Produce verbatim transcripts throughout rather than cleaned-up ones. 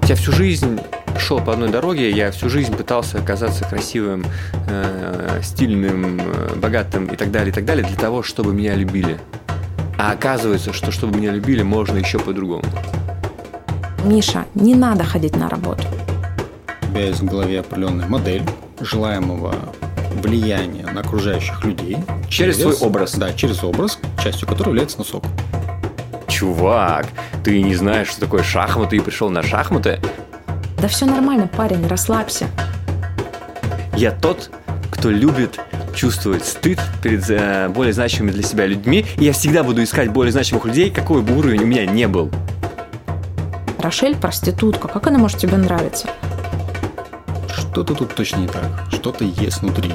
есть я всю жизнь шел по одной дороге, я всю жизнь пытался оказаться красивым, э, стильным, э, богатым и так далее, и так далее, для того, чтобы меня любили. А оказывается, что чтобы меня любили, можно еще по-другому. Миша, не надо ходить на работу. У тебя есть в голове определенная модель желаемого влияния на окружающих людей. Через, через свой образ. Да, через образ, частью которого является носок. Чувак, ты не знаешь, что такое шахматы, и пришел на шахматы? Да все нормально, парень, расслабься. Я тот, кто любит чувствовать стыд перед э, более значимыми для себя людьми, и я всегда буду искать более значимых людей, какой бы уровень у меня не был. Рошель проститутка, как она может тебе нравиться? Что-то тут точно не так, что-то есть внутри.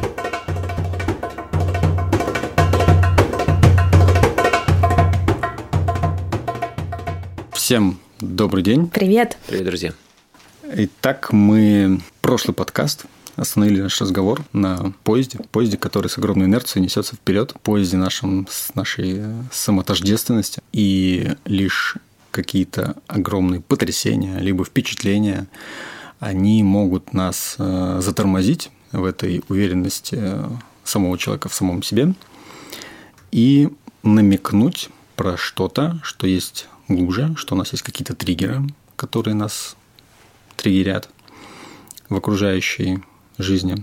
Всем добрый день. Привет. Привет, друзья. Итак, мы прошлый подкаст остановили наш разговор на поезде, поезде, который с огромной инерцией несется вперед, поезде нашем с нашей самотождественности, и лишь какие-то огромные потрясения либо впечатления, они могут нас затормозить в этой уверенности самого человека в самом себе и намекнуть про что-то, что есть глубже, что у нас есть какие-то триггеры, которые нас триггерят в окружающей жизни.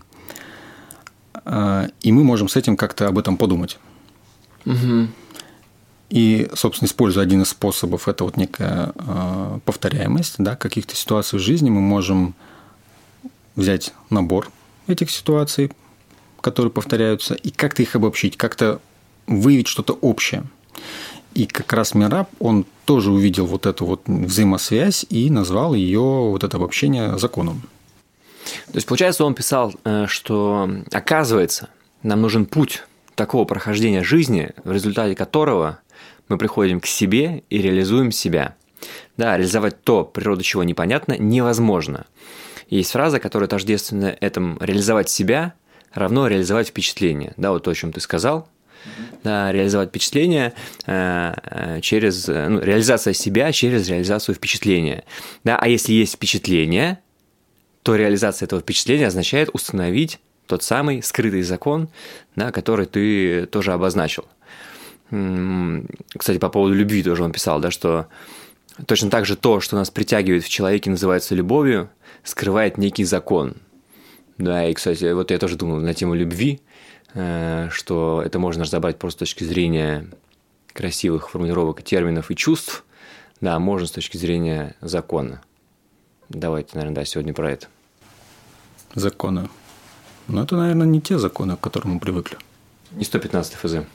И мы можем с этим как-то об этом подумать. Угу. И, собственно, используя один из способов, это вот некая повторяемость, да, каких-то ситуаций в жизни, мы можем взять набор этих ситуаций, которые повторяются, и как-то их обобщить, как-то выявить что-то общее. И как раз Мераб, он тоже увидел вот эту вот взаимосвязь и назвал ее, вот это обобщение, законом. То есть, получается, он писал, что, оказывается, нам нужен путь такого прохождения жизни, в результате которого мы приходим к себе и реализуем себя. Да, реализовать то, природа чего непонятно, невозможно. Есть фраза, которая тождественна этому: реализовать себя равно реализовать впечатление. Да, вот то, о чем ты сказал. Да, реализовать впечатление э, через ну, реализация себя через реализацию впечатления. Да, а если есть впечатление, то реализация этого впечатления означает установить тот самый скрытый закон, да, который ты тоже обозначил. Кстати, по поводу любви тоже он писал, да, что точно так же то, что нас притягивает в человеке, называется любовью, скрывает некий закон. Да, и, кстати, вот я тоже думал на тему любви, что это можно разобрать просто с точки зрения красивых формулировок, терминов и чувств, да, можно с точки зрения закона. Давайте, наверное, да, сегодня про это. Законы. Но это, наверное, не те законы, к которым мы привыкли. Не сто пятнадцатый эф зэ.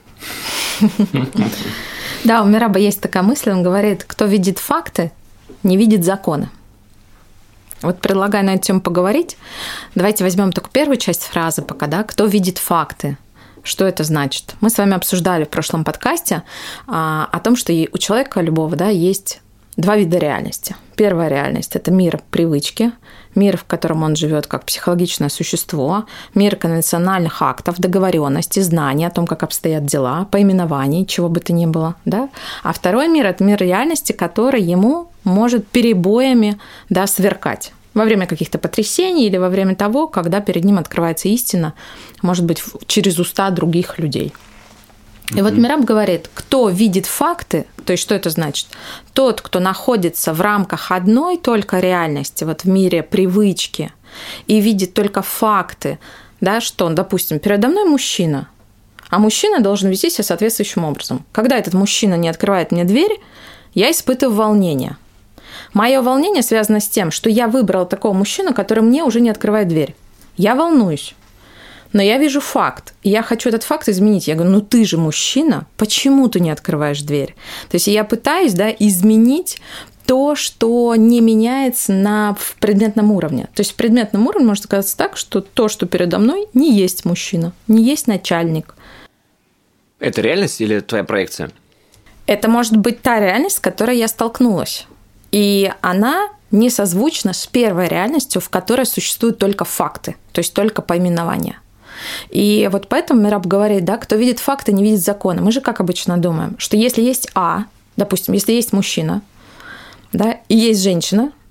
Да, у Мераба есть такая мысль, он говорит, кто видит факты, не видит законы. Вот предлагаю на эту тему поговорить. Давайте возьмем только первую часть фразы пока, да, кто видит факты. Что это значит? Мы с вами обсуждали в прошлом подкасте а, о том, что у человека любого, да, есть два вида реальности. Первая реальность – это мир привычки, мир, в котором он живет как психологичное существо, мир конвенциональных актов, договоренностей, знаний о том, как обстоят дела, поименований, чего бы то ни было. Да? А второй мир – это мир реальности, который ему может перебоями, да, сверкать во время каких-то потрясений или во время того, когда перед ним открывается истина, может быть, через уста других людей. И вот Мераб говорит, кто видит факты, то есть что это значит? Тот, кто находится в рамках одной только реальности, вот в мире привычки, и видит только факты, да, что, допустим, передо мной мужчина, а мужчина должен вести себя соответствующим образом. Когда этот мужчина не открывает мне дверь, я испытываю волнение. Мое волнение связано с тем, что я выбрала такого мужчину, который мне уже не открывает дверь. Я волнуюсь. Но я вижу факт, и я хочу этот факт изменить. Я говорю, ну ты же мужчина, почему ты не открываешь дверь? То есть я пытаюсь, да, изменить то, что не меняется на, в предметном уровне. То есть в предметном уровне может оказаться так, что то, что передо мной, не есть мужчина, не есть начальник. Это реальность или твоя проекция? Это может быть та реальность, с которой я столкнулась. И она не созвучна с первой реальностью, в которой существуют только факты, то есть только поименования. И вот поэтому Мераб говорит, да, кто видит факты, не видит закона. Мы же как обычно думаем, что если есть А, допустим, если есть мужчина, да, и есть женщина,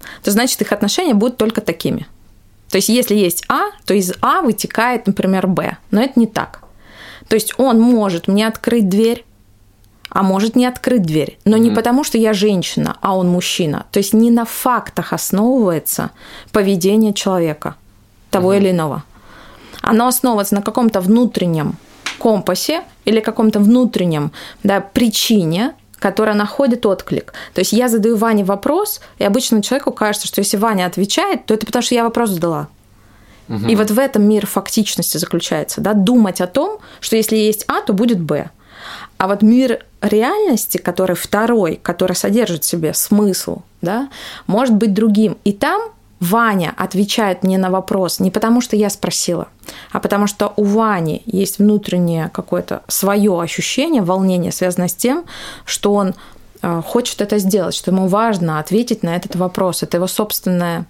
то значит их отношения будут только такими. То есть если есть А, то из А вытекает, например, Б. Но это не так. То есть он может мне открыть дверь, а может не открыть дверь. Но mm-hmm. не потому, что я женщина, а он мужчина. То есть не на фактах основывается поведение человека, того mm-hmm. или иного. Оно основывается на каком-то внутреннем компасе или каком-то внутреннем, да, причине, которая находит отклик. То есть я задаю Ване вопрос, и обычному человеку кажется, что если Ваня отвечает, то это потому, что я вопрос задала. Угу. И вот в этом мир фактичности заключается. Да? Думать о том, что если есть А, то будет Б. А вот мир реальности, который второй, который содержит в себе смысл, да, может быть другим. И там Ваня отвечает мне на вопрос не потому, что я спросила, а потому что у Вани есть внутреннее какое-то свое ощущение, волнение, связанное с тем, что он хочет это сделать, что ему важно ответить на этот вопрос. Это его собственное,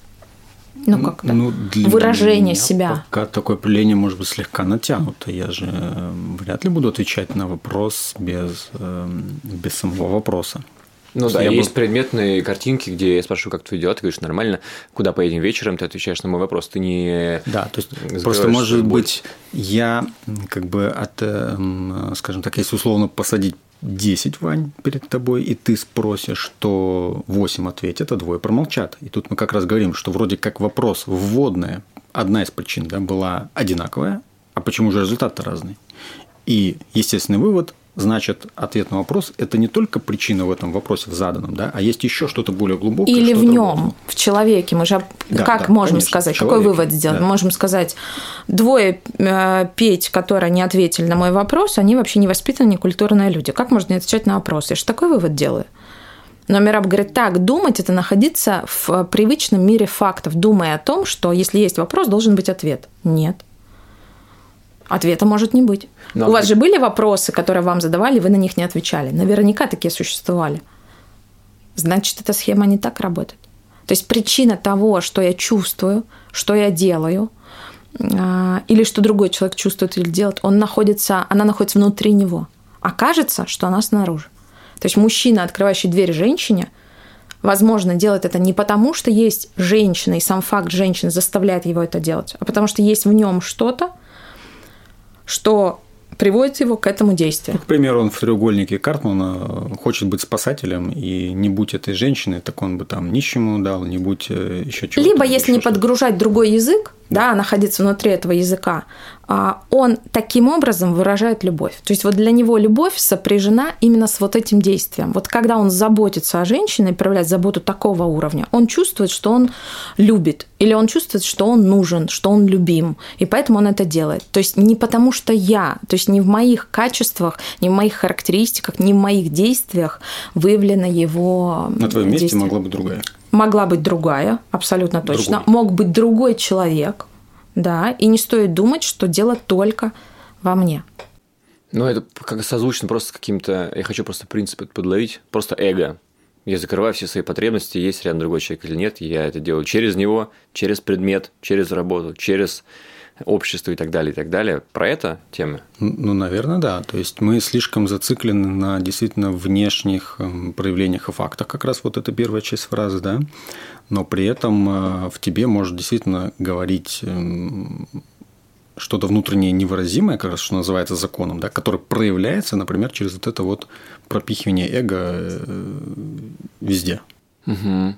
ну, как ну, выражение себя. Пока такое определение может быть слегка натянуто. Я же вряд ли буду отвечать на вопрос без, без самого вопроса. Ну да, я есть бы... предметные картинки, где я спрашиваю, как твои дела, ты говоришь, нормально, куда поедем вечером, ты отвечаешь на мой вопрос, ты не... Да, то есть просто может быть, я как бы от, скажем так, если условно посадить десять, Вань, перед тобой, и ты спросишь, что восемь ответят, а двое промолчат. И тут мы как раз говорим, что вроде как вопрос вводная, одна из причин, да, была одинаковая, а почему же результат-то разный? И естественный вывод, значит, ответ на вопрос – это не только причина в этом вопросе в заданном, да, а есть еще что-то более глубокое. Или в нем, в человеке. Мы же да, как да, можем конечно, сказать, человеке, какой вывод сделать? Да. Мы можем сказать, двое э, Петь, которые не ответили на мой вопрос, они вообще не воспитанные, некультурные люди. Как можно не отвечать на вопрос? Я же такой вывод делаю. Но Мираб говорит, так, думать – это находиться в привычном мире фактов, думая о том, что если есть вопрос, должен быть ответ. Нет. Ответа может не быть. Но У вас же были вопросы, которые вам задавали, вы на них не отвечали. Наверняка такие существовали. Значит, эта схема не так работает. То есть причина того, что я чувствую, что я делаю, или что другой человек чувствует или делает, он находится, она находится внутри него. А кажется, что она снаружи. То есть мужчина, открывающий дверь женщине, возможно, делает это не потому, что есть женщина, и сам факт женщины заставляет его это делать, а потому что есть в нем что-то, что приводит его к этому действию. Ну, к примеру, он в треугольнике Картмана хочет быть спасателем, и не будь этой женщины, так он бы там нищему дал, не будь еще чего-то. Либо, если не подгружать другой язык, да, находиться внутри этого языка, он таким образом выражает любовь. То есть вот для него любовь сопряжена именно с вот этим действием. Вот когда он заботится о женщине, проявляет заботу такого уровня, он чувствует, что он любит, или он чувствует, что он нужен, что он любим, и поэтому он это делает. То есть не потому, что я, то есть не в моих качествах, не в моих характеристиках, не в моих действиях выявлено его На твоем месте действие. могла быть другая. Могла быть другая, абсолютно точно. Другой. Мог быть другой человек, да, и не стоит думать, что дело только во мне. Ну, это как созвучно просто с каким-то... Я хочу просто принцип подловить. Просто эго. Я закрываю все свои потребности, есть рядом другой человек или нет. Я это делаю через него, через предмет, через работу, через общество и так далее, и так далее. Про это тема? Ну, наверное, да. То есть мы слишком зациклены на действительно внешних проявлениях и фактах. Как раз вот эта первая часть фразы, да. Но при этом в тебе может действительно говорить что-то внутреннее невыразимое, как раз что называется законом, да, которое проявляется, например, через вот это вот пропихивание эго везде. Угу.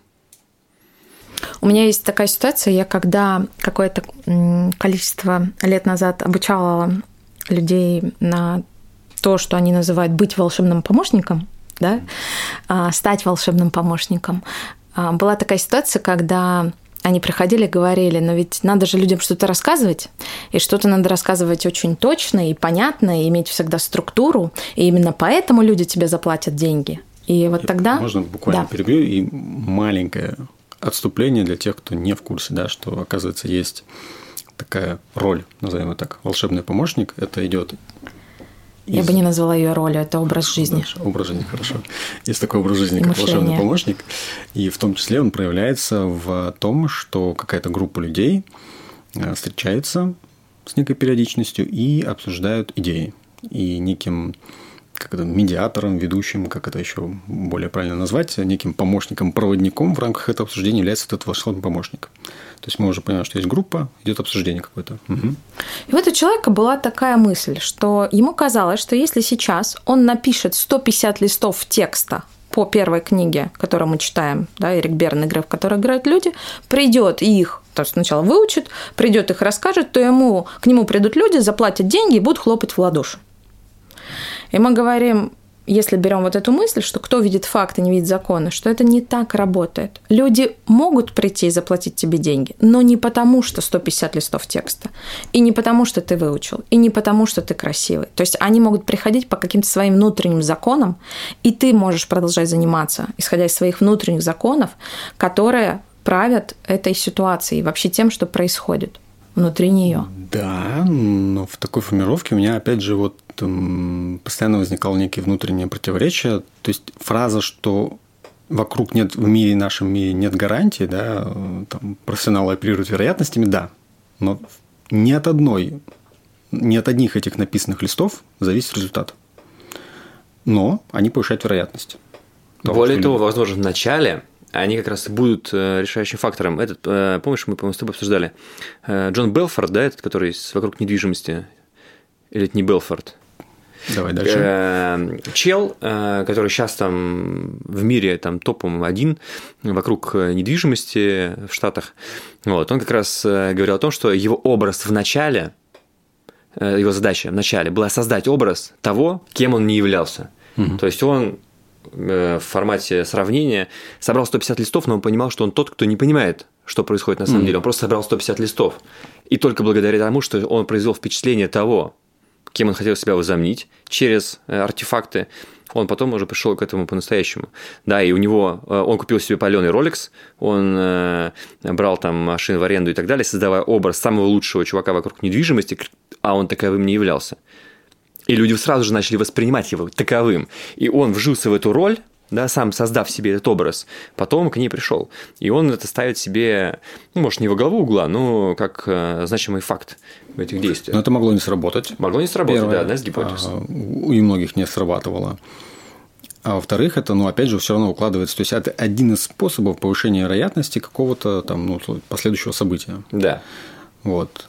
У меня есть такая ситуация, я когда какое-то количество лет назад обучала людей на то, что они называют быть волшебным помощником, да, стать волшебным помощником, была такая ситуация, когда они приходили и говорили, но ведь надо же людям что-то рассказывать, и что-то надо рассказывать очень точно и понятно, и иметь всегда структуру, и именно поэтому люди тебе заплатят деньги. И вот тогда... Можно буквально да. перебью, и маленькое отступление для тех, кто не в курсе, да, что, оказывается, есть такая роль, назовем ее так, волшебный помощник, это идет. Я из... бы не назвала ее ролью, это образ жизни. Образ жизни, хорошо. Есть такой образ жизни, как волшебный помощник, и в том числе он проявляется в том, что какая-то группа людей встречается с некой периодичностью и обсуждают идеи. И неким как это, медиатором, ведущим, как это еще более правильно назвать, неким помощником, проводником в рамках этого обсуждения является этот волшебный помощник. То есть мы уже понимаем, что есть группа, идет обсуждение какое-то. Угу. И вот у человека была такая мысль, что ему казалось, что если сейчас он напишет сто пятьдесят листов текста по первой книге, которую мы читаем, да, Эрик Берн, игры, в которой играют люди, придет и их то есть сначала выучит, придет их расскажет, то ему, к нему придут люди, заплатят деньги и будут хлопать в ладоши. И мы говорим, если берем вот эту мысль, что кто видит факты, не видит законы, что это не так работает. Люди могут прийти и заплатить тебе деньги, но не потому, что сто пятьдесят листов текста, и не потому, что ты выучил, и не потому, что ты красивый. То есть они могут приходить по каким-то своим внутренним законам, и ты можешь продолжать заниматься, исходя из своих внутренних законов, которые правят этой ситуацией, вообще тем, что происходит внутри нее. Да, но в такой формировке у меня, опять же, вот постоянно возникало некие внутренние противоречия. То есть фраза, что вокруг нет, в мире, нашем мире нет гарантии, да, там, профессионалы оперируют вероятностями, да, но ни от одной, ни от одних этих написанных листов зависит результат. Но они повышают вероятность. Того, Более того, возможно, в начале они как раз будут решающим фактором. Этот, помнишь, мы, по-моему, с тобой обсуждали Джон Белфорд, да, этот, который вокруг недвижимости, или это не Белфорд? Давай дальше. Чел, который сейчас там в мире там топом один вокруг недвижимости в Штатах, вот, он как раз говорил о том, что его образ в начале, его задача в начале была создать образ того, кем он не являлся. Угу. То есть он в формате сравнения собрал сто пятьдесят листов, но он понимал, что он тот, кто не понимает, что происходит на самом mm. деле. Он просто собрал сто пятьдесят листов. И только благодаря тому, что он произвел впечатление того, кем он хотел себя возомнить через артефакты, он потом уже пришел к этому по-настоящему. Да, и у него, он купил себе паленый Rolex, он брал там машины в аренду и так далее, создавая образ самого лучшего чувака вокруг недвижимости, а он таковым не являлся. И люди сразу же начали воспринимать его таковым. И он вжился в эту роль, да, сам создав себе этот образ, потом к ней пришел. И он это ставит себе, ну, может, не во главу угла, но как э, значимый факт в этих действиях. Но это могло не сработать. Могло не сработать, Первое, да, одна из гипотез. А, у многих не срабатывало. А во-вторых, это, ну, опять же, все равно укладывается. То есть, это один из способов повышения вероятности какого-то там, ну, последующего события. Да. Вот.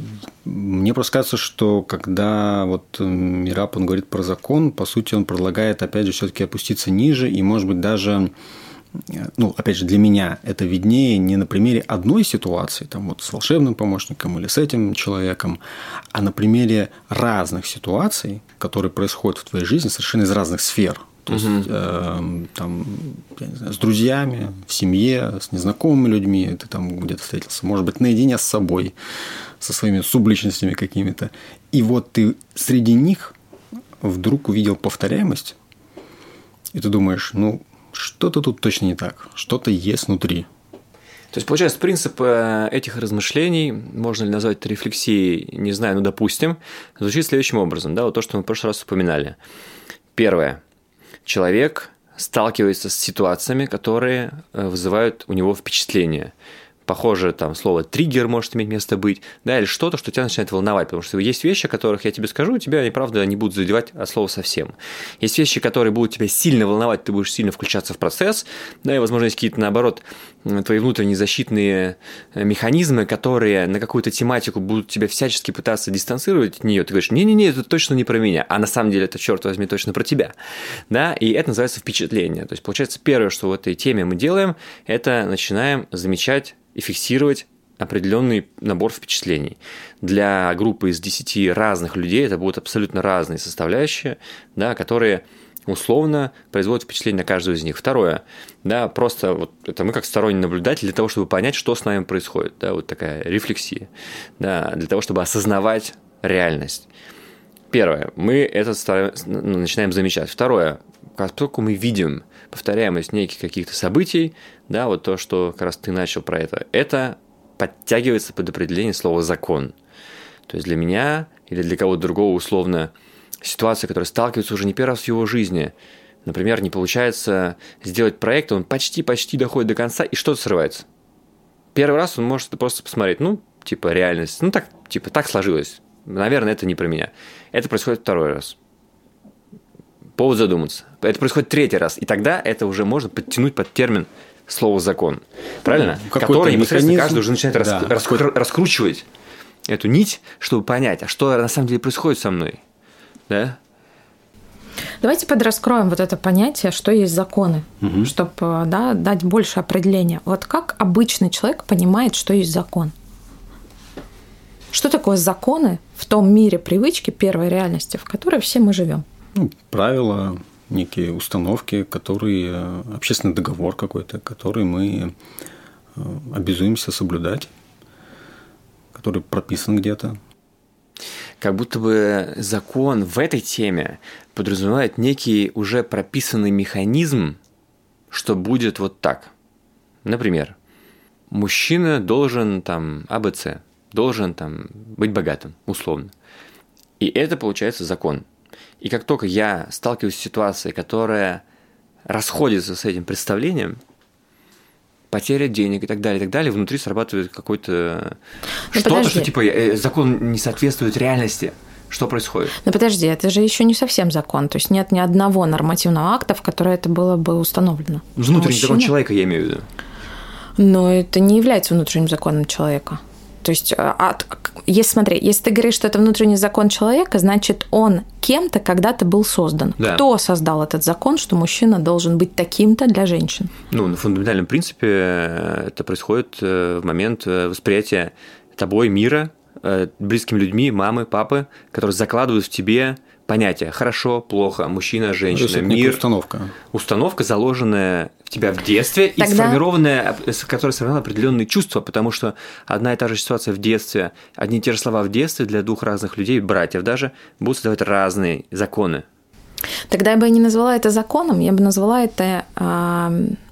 Мне просто кажется, что когда вот Мираб, он говорит про закон, по сути, он предлагает, опять же, все-таки опуститься ниже и, может быть, даже, ну, опять же, для меня это виднее не на примере одной ситуации, там вот с волшебным помощником или с этим человеком, а на примере разных ситуаций, которые происходят в твоей жизни совершенно из разных сфер. То есть, угу. э, там, я не знаю, с друзьями, в семье, с незнакомыми людьми, ты там где-то встретился, может быть, наедине с собой, со своими субличностями какими-то. И вот ты среди них вдруг увидел повторяемость, и ты думаешь, ну, что-то тут точно не так, что-то есть внутри. То есть, получается, принцип этих размышлений, можно ли назвать это рефлексией, не знаю, ну, допустим, звучит следующим образом, да, вот то, что мы в прошлый раз упоминали. Первое. Человек сталкивается с ситуациями, которые вызывают у него впечатление. Похоже, там слово «триггер» может иметь место быть, да, или что-то, что тебя начинает волновать, потому что есть вещи, о которых я тебе скажу, тебя они, правда, не будут задевать от слова совсем. Есть вещи, которые будут тебя сильно волновать, ты будешь сильно включаться в процесс, да, и, возможно, есть какие-то, наоборот, твои внутренние защитные механизмы, которые на какую-то тематику будут тебя всячески пытаться дистанцировать от нее. Ты говоришь, не-не-не, это точно не про меня, а на самом деле это, черт возьми, точно про тебя, да, и это называется впечатление. То есть, получается, первое, что в этой теме мы делаем, это начинаем замечать и фиксировать определенный набор впечатлений. Для группы из десяти разных людей это будут абсолютно разные составляющие, да, которые условно производят впечатление на каждую из них. Второе, да, просто вот это мы как сторонний наблюдатель для того, чтобы понять, что с нами происходит, да, вот такая рефлексия, да, для того, чтобы осознавать реальность. Первое, мы это начинаем замечать. Второе, поскольку мы видим повторяемость неких каких-то событий, да, вот то, что как раз ты начал про это, это подтягивается под определение слова «закон». То есть для меня или для кого-то другого условно ситуация, которая сталкивается уже не первый раз в его жизни. Например, не получается сделать проект, он почти-почти доходит до конца, и что-то срывается. Первый раз он может просто посмотреть, ну, типа, реальность, ну, так, типа, так сложилось. Наверное, это не про меня. Это происходит второй раз. повод задуматься. Это происходит третий раз. И тогда это уже можно подтянуть под термин слово «закон». Правильно? Ну, который непосредственно механизм. каждый уже начинает Да. рас, раскру, раскручивать эту нить, чтобы понять, а что на самом деле происходит со мной. Да? Давайте подраскроем вот это понятие, что есть законы, Угу. чтобы, да, дать больше определения. Вот как обычный человек понимает, что есть закон? Что такое законы в том мире привычки первой реальности, в которой все мы живем? Ну, правила, некие установки, которые общественный договор какой-то, который мы обязуемся соблюдать, который прописан где-то. Как будто бы закон в этой теме подразумевает некий уже прописанный механизм, что будет вот так. Например, мужчина должен там А Б С, должен там быть богатым, условно. И это получается закон. И как только я сталкиваюсь с ситуацией, которая расходится с этим представлением, потеря денег и так далее, и так далее, внутри срабатывает какой-то Ну, что-то, подожди. что типа э, закон не соответствует реальности. Что происходит? Но подожди, это же еще не совсем закон. То есть нет ни одного нормативного акта, в котором это было бы установлено. Внутренний закон Мужчина- человека, я имею в виду. Но это не является внутренним законом человека. То есть, а, от- если, смотри, если ты говоришь, что это внутренний закон человека, значит, он кем-то когда-то был создан. Да. Кто создал этот закон, что мужчина должен быть таким-то для женщин? Ну, на фундаментальном принципе э, это происходит э, в момент э, восприятия тобой мира, э, близкими людьми, мамы, папы, которые закладывают в тебе понятия хорошо, плохо, мужчина, То есть женщина, это некая мир. установка. Установка, заложенная в тебя в детстве и Тогда- сформированная, с которой сформировала определенные чувства, потому что одна и та же ситуация в детстве, одни и те же слова в детстве для двух разных людей, братьев даже, будут создавать разные законы. Тогда я бы не назвала это законом, я бы назвала это а,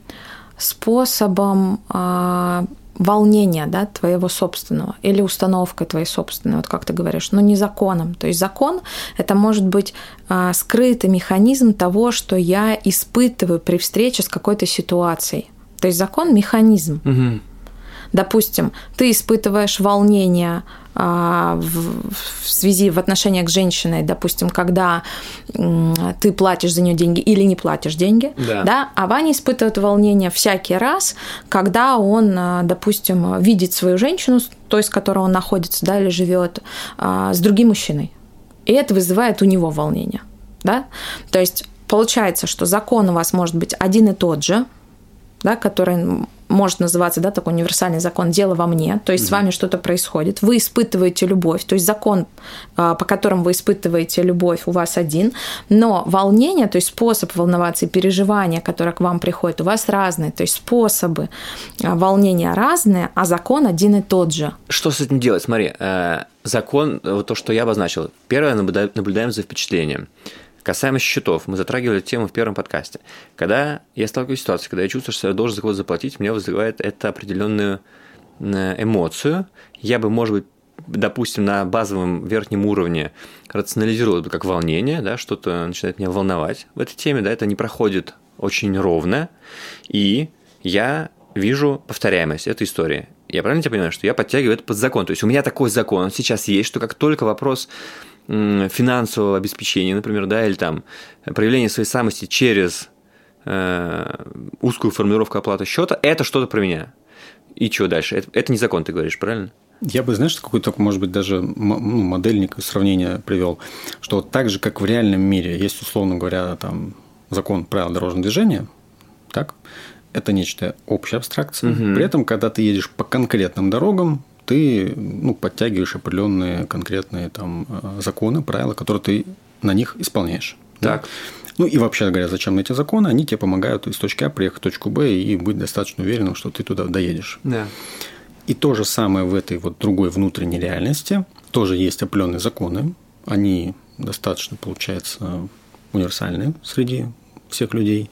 способом а, волнения, да, твоего собственного или установкой твоей собственной, вот как ты говоришь, но не законом. То есть закон – это может быть а, скрытый механизм того, что я испытываю при встрече с какой-то ситуацией. То есть закон – механизм. Угу. Допустим, ты испытываешь волнение а, в, в связи в отношениях с женщиной, допустим, когда м, ты платишь за нее деньги или не платишь деньги, Да. а Ваня испытывает волнение всякий раз, когда он, а, допустим, видит свою женщину, той, с которой он находится, да, или живет, а, с другим мужчиной, и это вызывает у него волнение, да? То есть получается, что закон у вас может быть один и тот же, да, который может называться, да, такой универсальный закон «дело во мне», то есть mm-hmm. с вами что-то происходит, вы испытываете любовь, то есть закон, по которому вы испытываете любовь, у вас один, но волнение, то есть способ волноваться и переживания, которые к вам приходят, у вас разные, то есть способы волнения разные, а закон один и тот же. Что с этим делать? Смотри, закон, вот то, что я обозначил. Первое, наблюдаем за впечатлением. Касаемо счетов, мы затрагивали эту тему в первом подкасте. Когда я сталкиваюсь с ситуацией, когда я чувствую, что я должен за кого-то заплатить, меня вызывает это определенную эмоцию. Я бы, может быть, допустим, на базовом верхнем уровне рационализировал это как волнение, да, что-то начинает меня волновать в этой теме, да, это не проходит очень ровно, и я вижу повторяемость этой истории. Я правильно тебя понимаю, что я подтягиваю это под закон? То есть у меня такой закон, он сейчас есть, что как только вопрос финансового обеспечения, например, да, или там проявление своей самости через э, узкую формулировку оплаты счета, это что-то про меня. И что дальше? Это, это не закон, ты говоришь, правильно? Я бы, знаешь, какую-то, может быть, даже ну, модельник сравнение привел, что вот так же, как в реальном мире есть, условно говоря, там закон правил дорожного движения, так, это нечто общая абстракция. Угу. При этом, когда ты едешь по конкретным дорогам, ты ну, подтягиваешь определенные конкретные там, законы, правила, которые ты на них исполняешь. Так. Да? Ну и вообще говоря, зачем эти законы? Они тебе помогают из точки А приехать в точку Б и быть достаточно уверенным, что ты туда доедешь. Да. И то же самое в этой вот другой внутренней реальности. Тоже есть определенные законы. Они достаточно, получается, универсальны среди всех людей.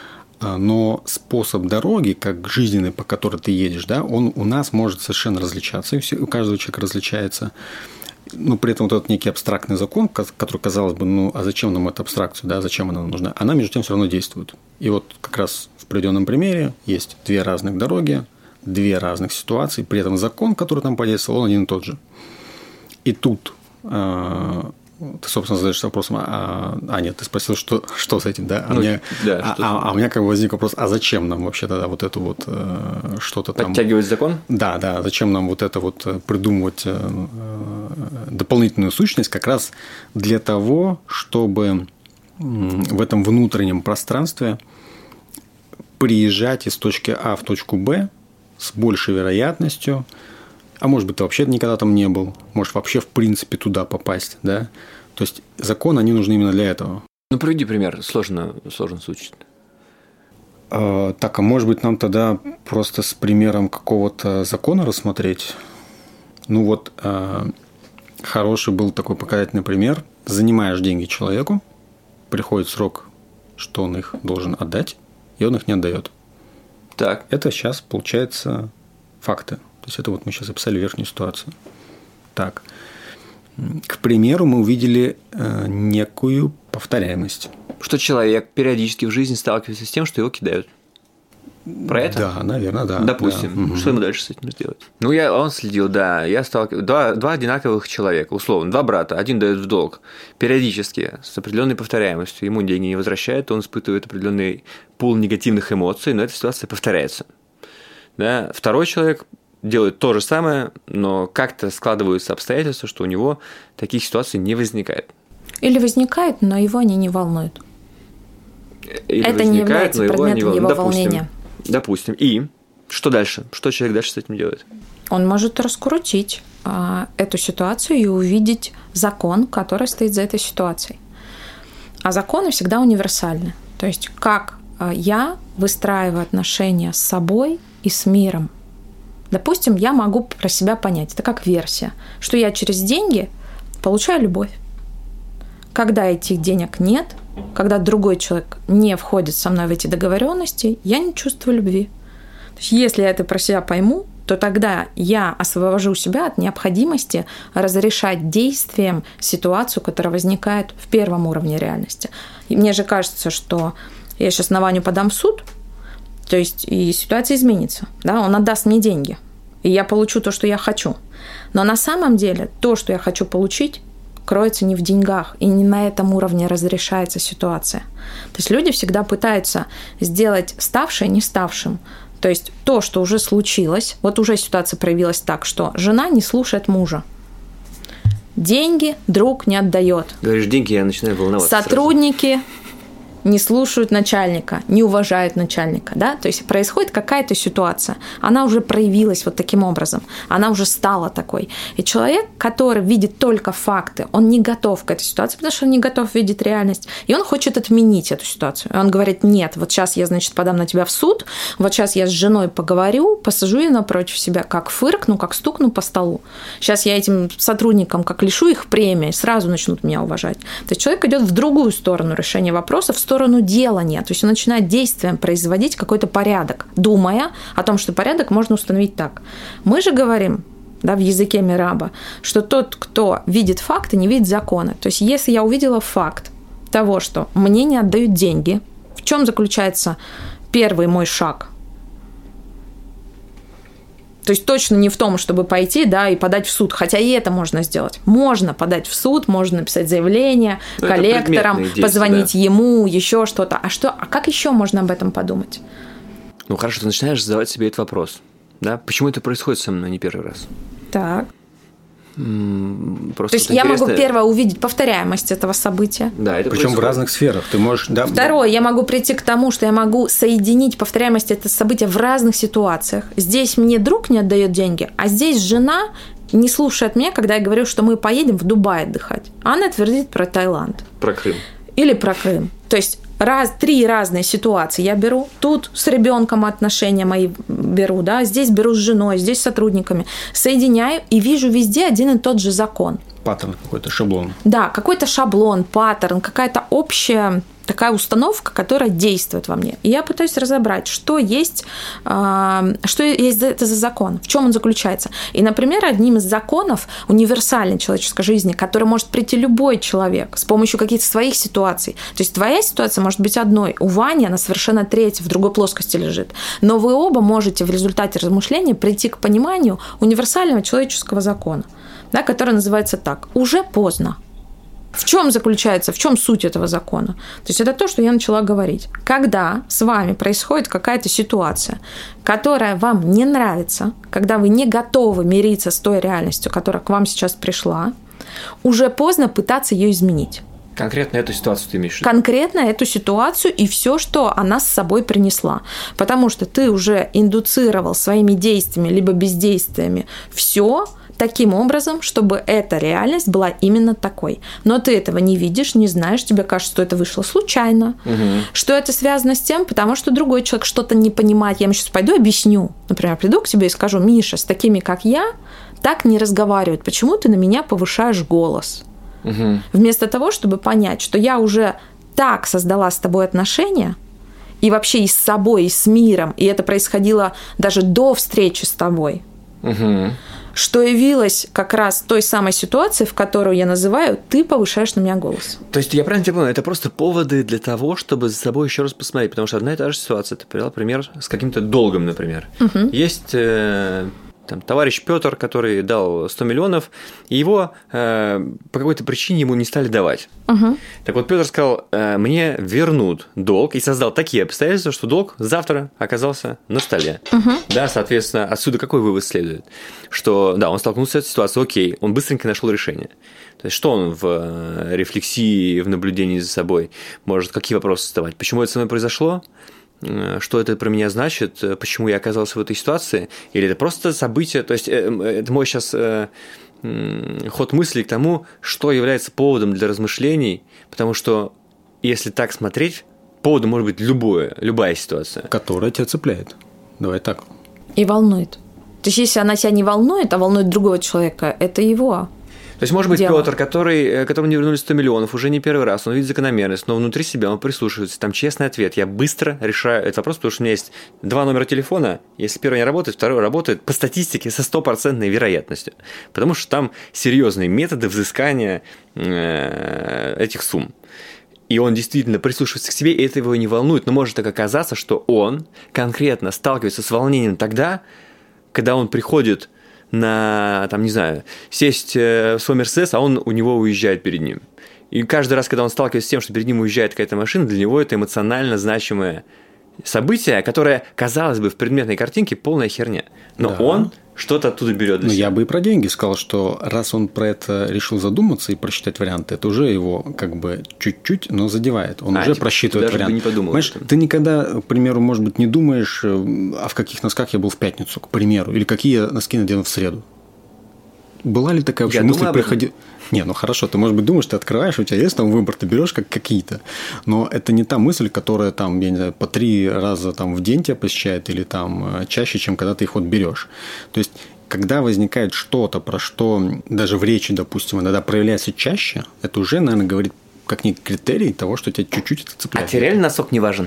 Но способ дороги, как жизненный, по которой ты едешь, да, он у нас может совершенно различаться, и все, у каждого человека различается. Но при этом вот этот некий абстрактный закон, который, казалось бы, ну, а зачем нам эта абстракция, да, зачем она нам нужна, она между тем все равно действует. И вот как раз в приведенном примере есть две разных дороги, две разных ситуации, при этом закон, который там подействовал, он один и тот же. И тут ты, собственно, задаешься вопросом, а, а нет, ты спросил, что, что с этим, да? А, ну, мне, да, а, что а, а у меня как бы возник вопрос, а зачем нам вообще тогда вот это вот э, что-то там… Подтягивать закон? Да, да, зачем нам вот это вот придумывать э, дополнительную сущность как раз для того, чтобы в этом внутреннем пространстве приезжать из точки А в точку Б с большей вероятностью, а может быть, ты вообще никогда там не был, можешь вообще в принципе туда попасть, да? То есть законы, они нужны именно для этого. Ну, приведи пример, сложно, сложно случай. А, так, а может быть, нам тогда просто с примером какого-то закона рассмотреть? Ну вот, а, хороший был такой показательный пример. Занимаешь деньги человеку, приходит срок, что он их должен отдать, и он их не отдает. Так. Это сейчас, получается, факты. То есть, это вот мы сейчас описали верхнюю ситуацию. Так. К примеру, мы увидели э, некую повторяемость. Что человек периодически в жизни сталкивается с тем, что его кидают. Про это? Да, наверное, да. Допустим. Да. Что ему дальше с этим сделать? Ну, я, он следил, да. Я сталкивался. Два, два одинаковых человека, условно. Два брата. Один дает в долг периодически, с определенной повторяемостью. Ему деньги не возвращают, он испытывает определенный пул негативных эмоций, но эта ситуация повторяется. Да? Второй человек делает то же самое, но как-то складываются обстоятельства, что у него таких ситуаций не возникает. Или возникает, но его они не волнуют. Или это не является предметом его, его допустим, волнения. Допустим. И что дальше? Что человек дальше с этим делает? Он может раскрутить а, эту ситуацию и увидеть закон, который стоит за этой ситуацией. А законы всегда универсальны. То есть, как а, я выстраиваю отношения с собой и с миром. Допустим, я могу про себя понять, это как версия, что я через деньги получаю любовь. Когда этих денег нет, когда другой человек не входит со мной в эти договоренности, я не чувствую любви. То есть, если я это про себя пойму, то тогда я освобожу себя от необходимости разрешать действием ситуацию, которая возникает в первом уровне реальности. И мне же кажется, что я сейчас на Ваню подам в суд, то есть и ситуация изменится. Да? Он отдаст мне деньги, и я получу то, что я хочу. Но на самом деле то, что я хочу получить, кроется не в деньгах, и не на этом уровне разрешается ситуация. То есть люди всегда пытаются сделать ставшее не ставшим. То есть то, что уже случилось, вот уже ситуация проявилась так, что жена не слушает мужа. Деньги друг не отдает. Говоришь, деньги, я начинаю волноваться. Сотрудники сразу не слушают начальника, не уважают начальника, да, то есть происходит какая-то ситуация, она уже проявилась вот таким образом, она уже стала такой. И человек, который видит только факты, он не готов к этой ситуации, потому что он не готов видеть реальность, и он хочет отменить эту ситуацию. И он говорит, нет, вот сейчас я, значит, подам на тебя в суд, вот сейчас я с женой поговорю, посажу ее напротив себя, как фыркну, как стукну по столу. Сейчас я этим сотрудникам как лишу их премии, сразу начнут меня уважать. То есть человек идет в другую сторону решения вопросов, в сторону делания, то есть он начинает действием производить какой-то порядок, думая о том, что порядок можно установить так. Мы же говорим, да, в языке Мираба, что тот, кто видит факты, не видит закона. То есть если я увидела факт того, что мне не отдают деньги, в чем заключается первый мой шаг? То есть точно не в том, чтобы пойти, да, и подать в суд, хотя и это можно сделать. Можно подать в суд, можно написать заявление ну, коллекторам, позвонить да. ему, еще что-то. А что, а как еще можно об этом подумать? Ну хорошо, ты начинаешь задавать себе этот вопрос, да? Почему это происходит со мной не первый раз? Так. Просто То есть я могу первое увидеть повторяемость этого события. Да, это причем в разных сферах. Ты можешь, да, Второе, я могу прийти к тому, что я могу соединить повторяемость этого события в разных ситуациях. Здесь мне друг не отдает деньги, а здесь жена не слушает меня, когда я говорю, что мы поедем в Дубай отдыхать. А она твердит про Таиланд. Про Крым. Или про Крым. То есть раз, три разные ситуации я беру. Тут с ребенком отношения мои беру, да, здесь беру с женой, здесь с сотрудниками. Соединяю и вижу везде один и тот же закон. Паттерн какой-то, шаблон. Да, какой-то шаблон, паттерн, какая-то общая такая установка, которая действует во мне. И я пытаюсь разобрать, что есть, э, что есть это за закон, в чем он заключается. И, например, одним из законов универсальной человеческой жизни, к которой может прийти любой человек с помощью каких-то своих ситуаций. То есть твоя ситуация может быть одной, у Вани она совершенно третья, в другой плоскости лежит. Но вы оба можете в результате размышления прийти к пониманию универсального человеческого закона, да, который называется так: уже поздно. В чем заключается, в чем суть этого закона? То есть это то, что я начала говорить. Когда с вами происходит какая-то ситуация, которая вам не нравится, когда вы не готовы мириться с той реальностью, которая к вам сейчас пришла, уже поздно пытаться ее изменить. Конкретно эту ситуацию ты имеешь в виду? Конкретно эту ситуацию и все, что она с собой принесла. Потому что ты уже индуцировал своими действиями либо бездействиями все таким образом, чтобы эта реальность была именно такой. Но ты этого не видишь, не знаешь, тебе кажется, что это вышло случайно, угу. что это связано с тем, потому что другой человек что-то не понимает. Я ему сейчас пойду объясню. Например, приду к тебе и скажу: Миша, с такими, как я, так не разговаривают. Почему ты на меня повышаешь голос? Угу. Вместо того, чтобы понять, что я уже так создала с тобой отношения, и вообще и с собой, и с миром, и это происходило даже до встречи с тобой, угу. что явилось как раз той самой ситуацией, в которую я называю «ты повышаешь на меня голос». То есть я правильно тебя понимаю, это просто поводы для того, чтобы за собой еще раз посмотреть, потому что одна и та же ситуация. Ты привела пример с каким-то долгом, например. Угу. Есть... Э- Там, товарищ Петр, который дал сто миллионов, и его э, по какой-то причине ему не стали давать. Uh-huh. Так вот, Петр сказал: э, мне вернут долг, и создал такие обстоятельства, что долг завтра оказался на столе. Uh-huh. Да, соответственно, отсюда какой вывод следует? Что, да, он столкнулся с этой ситуацией, окей, он быстренько нашел решение. То есть, что он в рефлексии, в наблюдении за собой может, какие вопросы задавать? Почему это со мной произошло? Что это про меня значит, почему я оказался в этой ситуации, или это просто событие, то есть это мой сейчас ход мысли к тому, что является поводом для размышлений, потому что если так смотреть, поводом может быть любое, любая ситуация. Которая тебя цепляет. Давай так. И волнует. То есть если она тебя не волнует, а волнует другого человека, это его. То есть, может быть, дело. Петр, который, которому не вернули сто миллионов, уже не первый раз, он видит закономерность, но внутри себя он прислушивается, там честный ответ. Я быстро решаю этот вопрос, потому что у меня есть два номера телефона, если первый не работает, второй работает по статистике со стопроцентной вероятностью, потому что там серьезные методы взыскания этих сумм. И он действительно прислушивается к себе, и это его не волнует, но может так оказаться, что он конкретно сталкивается с волнением тогда, когда он приходит на, там, не знаю, сесть в свой Мерседес, а он у него уезжает перед ним. И каждый раз, когда он сталкивается с тем, что перед ним уезжает какая-то машина, для него это эмоционально значимое событие, которое, казалось бы, в предметной картинке полная херня. Но да. он что-то оттуда берет для ну, себя. Я бы и про деньги сказал, что раз он про это решил задуматься и просчитать варианты, это уже его как бы чуть-чуть, но задевает. Он а, уже типа, просчитывает ты даже варианты. Не подумал. Понимаешь, ты никогда, к примеру, может быть, не думаешь, а в каких носках я был в пятницу, к примеру, или какие носки надену в среду. Была ли такая вообще я мысль приходить? Не, ну хорошо, ты, может быть, думаешь, ты открываешь, у тебя есть там выбор, ты берешь как какие-то, но это не та мысль, которая там, я не знаю, по три раза там в день тебя посещает или там чаще, чем когда ты их вот берешь. То есть, когда возникает что-то, про что даже в речи, допустим, иногда проявляется чаще, это уже, наверное, говорит как некий критерий того, что тебя чуть-чуть это цепляет. А тебе реально носок не важен?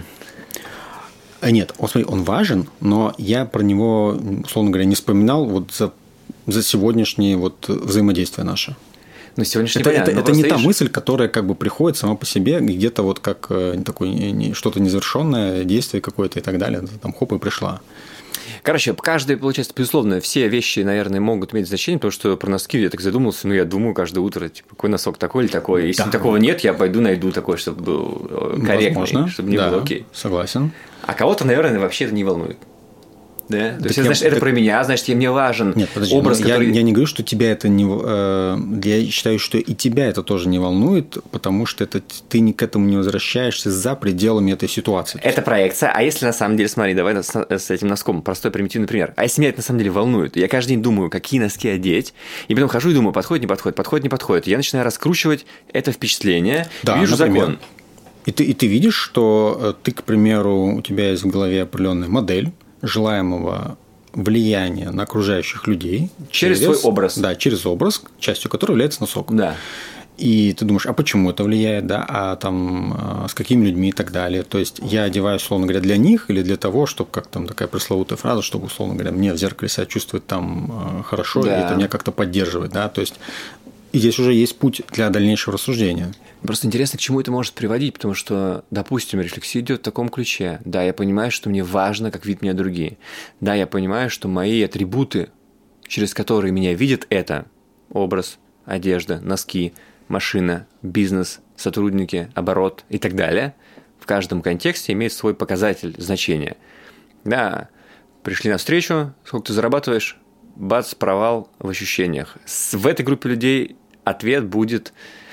Нет, он, смотри, он важен, но я про него, условно говоря, не вспоминал вот за, за сегодняшнее вот взаимодействие наше. Ну, сегодняшний это понятно, это, это не видишь... та мысль, которая как бы приходит сама по себе, где-то вот как такое не, что-то незавершенное действие какое-то и так далее, там хоп и пришла. Короче, каждый, получается, безусловно, все вещи, наверное, могут иметь значение, потому что про носки я так задумался, ну, я думаю каждое утро, типа, какой носок такой или такой. Если да. такого нет, я пойду найду такой, чтобы был корректный, возможно. чтобы не да, было окей. Согласен. А кого-то, наверное, вообще это не волнует. Да? То есть, я, значит, это так... про меня, значит, мне важен Нет, подожди, образ, я, который... я не говорю, что тебя это не... Э, я считаю, что и тебя это тоже не волнует, потому что это, ты к этому не возвращаешься за пределами этой ситуации. Это проекция. А если на самом деле, смотри, давай с, с этим носком, простой примитивный пример. А если меня это на самом деле волнует, я каждый день думаю, какие носки одеть, и потом хожу и думаю, подходит, не подходит, подходит, не подходит. Я начинаю раскручивать это впечатление, да, вижу например. закон. И ты, и ты видишь, что ты, к примеру, у тебя есть в голове определенная модель желаемого влияние на окружающих людей. Через, через свой образ. Да, через образ, частью которого является носок. Да. И ты думаешь, а почему это влияет, да, а там с какими людьми и так далее. То есть я одеваюсь, условно говоря, для них или для того, чтобы, как там такая пресловутая фраза, чтобы, условно говоря, мне в зеркале себя чувствовать там хорошо, да. и это меня как-то поддерживает, да, то есть и здесь уже есть путь для дальнейшего рассуждения. Просто интересно, к чему это может приводить, потому что, допустим, рефлексия идет в таком ключе. Да, я понимаю, что мне важно, как видят меня другие. Да, я понимаю, что мои атрибуты, через которые меня видят, это образ, одежда, носки, машина, бизнес, сотрудники, оборот и так далее, в каждом контексте имеет свой показатель значения. Да, пришли на встречу, сколько ты зарабатываешь, бац, провал в ощущениях. В этой группе людей ответ будет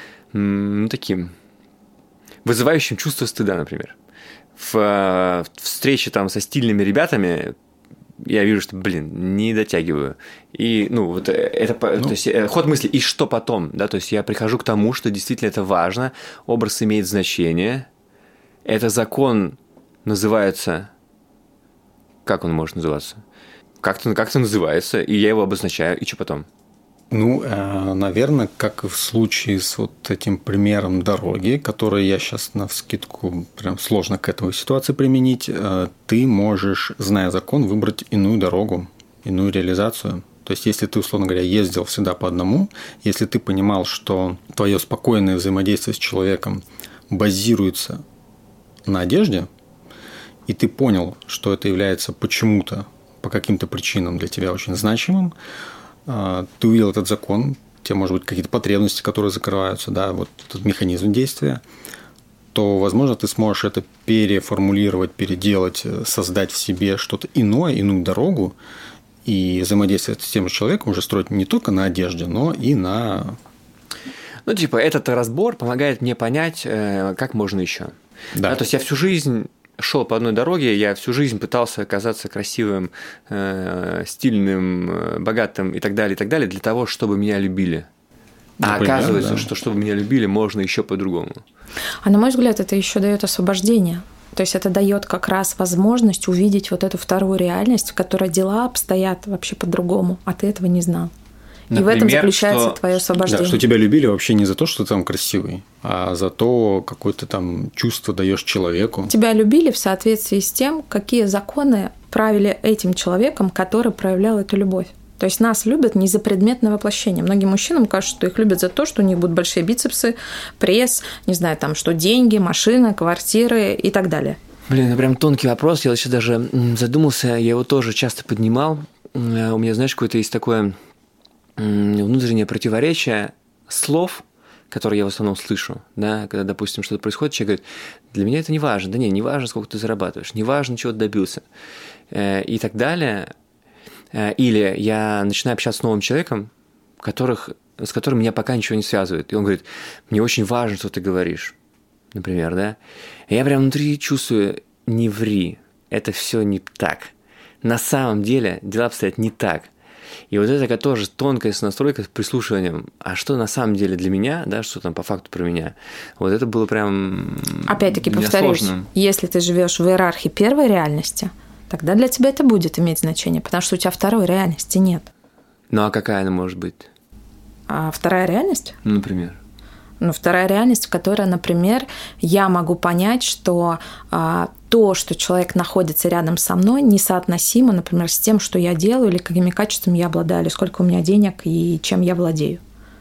ну, таким, вызывающим чувство стыда, например. В, в встрече там со стильными ребятами я вижу, что, блин, не дотягиваю. И, ну, вот это, ну, то есть, ход мысли, и что потом, да, то есть я прихожу к тому, что действительно это важно, образ имеет значение, это закон называется, как он может называться? Как-то, как-то называется, и я его обозначаю, и что потом? Ну, наверное, как и в случае с вот этим примером дороги, который я сейчас навскидку прям сложно к этой ситуации применить, ты можешь, зная закон, выбрать иную дорогу, иную реализацию. То есть, если ты, условно говоря, ездил всегда по одному, если ты понимал, что твое спокойное взаимодействие с человеком базируется на одежде, и ты понял, что это является почему-то, по каким-то причинам для тебя очень значимым, ты увидел этот закон, у тебя, может быть, какие-то потребности, которые закрываются, да, вот этот механизм действия, то, возможно, ты сможешь это переформулировать, переделать, создать в себе что-то иное, иную дорогу, и взаимодействовать с тем же человеком уже строить не только на одежде, но и на... Ну, типа, этот разбор помогает мне понять, как можно еще. Да. Да, то есть я всю жизнь шел по одной дороге, я всю жизнь пытался казаться красивым, э, стильным, богатым и так далее, и так далее, для того, чтобы меня любили. А Например, оказывается, да. что чтобы меня любили, можно еще по-другому. А на мой взгляд, это еще дает освобождение. То есть это дает как раз возможность увидеть вот эту вторую реальность, в которой дела обстоят вообще по-другому, а ты этого не знал. Например, и в этом заключается что... твое освобождение. Да, что тебя любили вообще не за то, что ты там красивый, а за то, какое ты там чувство даешь человеку. Тебя любили в соответствии с тем, какие законы правили этим человеком, который проявлял эту любовь. То есть нас любят не за предметное воплощение. Многим мужчинам кажется, что их любят за то, что у них будут большие бицепсы, пресс, не знаю, там, что деньги, машина, квартиры и так далее. Блин, это прям тонкий вопрос. Я сейчас даже задумался, я его тоже часто поднимал. У меня, знаешь, какое-то есть такое внутреннее противоречие слов, которые я в основном слышу, да, когда, допустим, что-то происходит, человек говорит, для меня это не важно, да не, не важно, сколько ты зарабатываешь, не важно, чего ты добился, и так далее. Или я начинаю общаться с новым человеком, которых, с которым меня пока ничего не связывает, и он говорит, мне очень важно, что ты говоришь, например, да, и я прям внутри чувствую, не ври, это все не так, на самом деле дела обстоят не так. И вот это тоже тонкая настройка с прислушиванием. А что на самом деле для меня, да, что там по факту про меня? Вот это было прям... Опять-таки повторюсь, сложно. Если ты живешь в иерархии первой реальности, тогда для тебя это будет иметь значение, потому что у тебя второй реальности нет. Ну а какая она может быть? А вторая реальность? Ну, например? Ну, вторая реальность, в которой, например, я могу понять, что а, то, что человек находится рядом со мной, несоотносимо, например, с тем, что я делаю, или какими качествами я обладаю, или сколько у меня денег и чем я владею.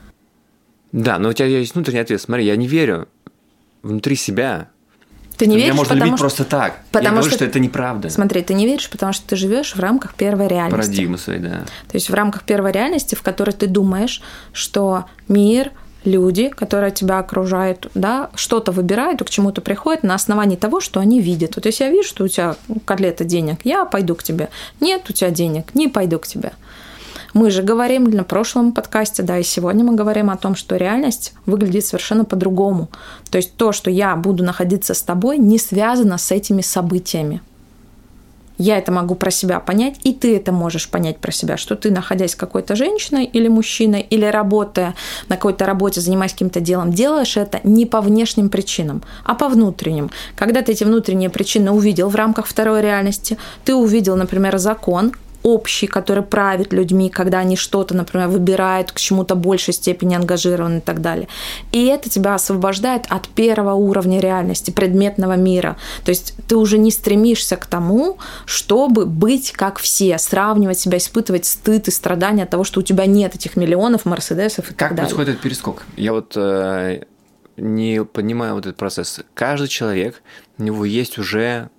Да, но у тебя есть внутренний ответ. Смотри, я не верю внутри себя. Ты не веришь, меня можно потому любить что... просто так. Потому я говорю, что... что это неправда. Смотри, ты не веришь, потому что ты живешь в рамках первой реальности. Парадигмы своей, да. То есть в рамках первой реальности, в которой ты думаешь, что мир, люди, которые тебя окружают, да, что-то выбирают и к чему-то приходят на основании того, что они видят. Вот если я вижу, что у тебя котлета денег, я пойду к тебе. Нет у тебя денег, не пойду к тебе. Мы же говорим на прошлом подкасте, да, и сегодня мы говорим о том, что реальность выглядит совершенно по-другому. То есть то, что я буду находиться с тобой, не связано с этими событиями. Я это могу про себя понять, и ты это можешь понять про себя, что ты, находясь с какой-то женщиной или мужчиной, или работая на какой-то работе, занимаясь каким-то делом, делаешь это не по внешним причинам, а по внутренним. Когда ты эти внутренние причины увидел в рамках второй реальности, ты увидел, например, закон общий, который правит людьми, когда они что-то, например, выбирают, к чему-то большей степени ангажированы и так далее. И это тебя освобождает от первого уровня реальности, предметного мира. То есть ты уже не стремишься к тому, чтобы быть как все, сравнивать себя, испытывать стыд и страдания от того, что у тебя нет этих миллионов мерседесов и как так далее. Как происходит этот перескок? Я вот э, не понимаю вот этот процесс. Каждый человек, у него есть уже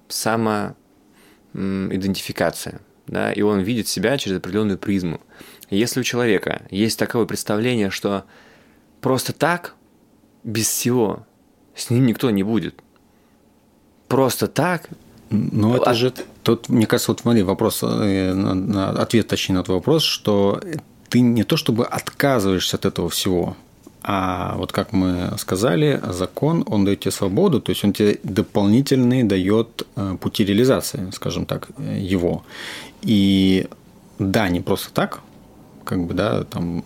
самоидентификация. Да, и он видит себя через определенную призму. Если у человека есть такое представление, что просто так, без всего, с ним никто не будет. Просто так. Ну, это а... же тут, мне кажется, вот смотри, вопрос, ответ точнее на твой вопрос, что ты не то чтобы отказываешься от этого всего, а вот как мы сказали, закон, он дает тебе свободу, то есть он тебе дополнительные дает пути реализации, скажем так, его. И да, не просто так, как бы, да, там,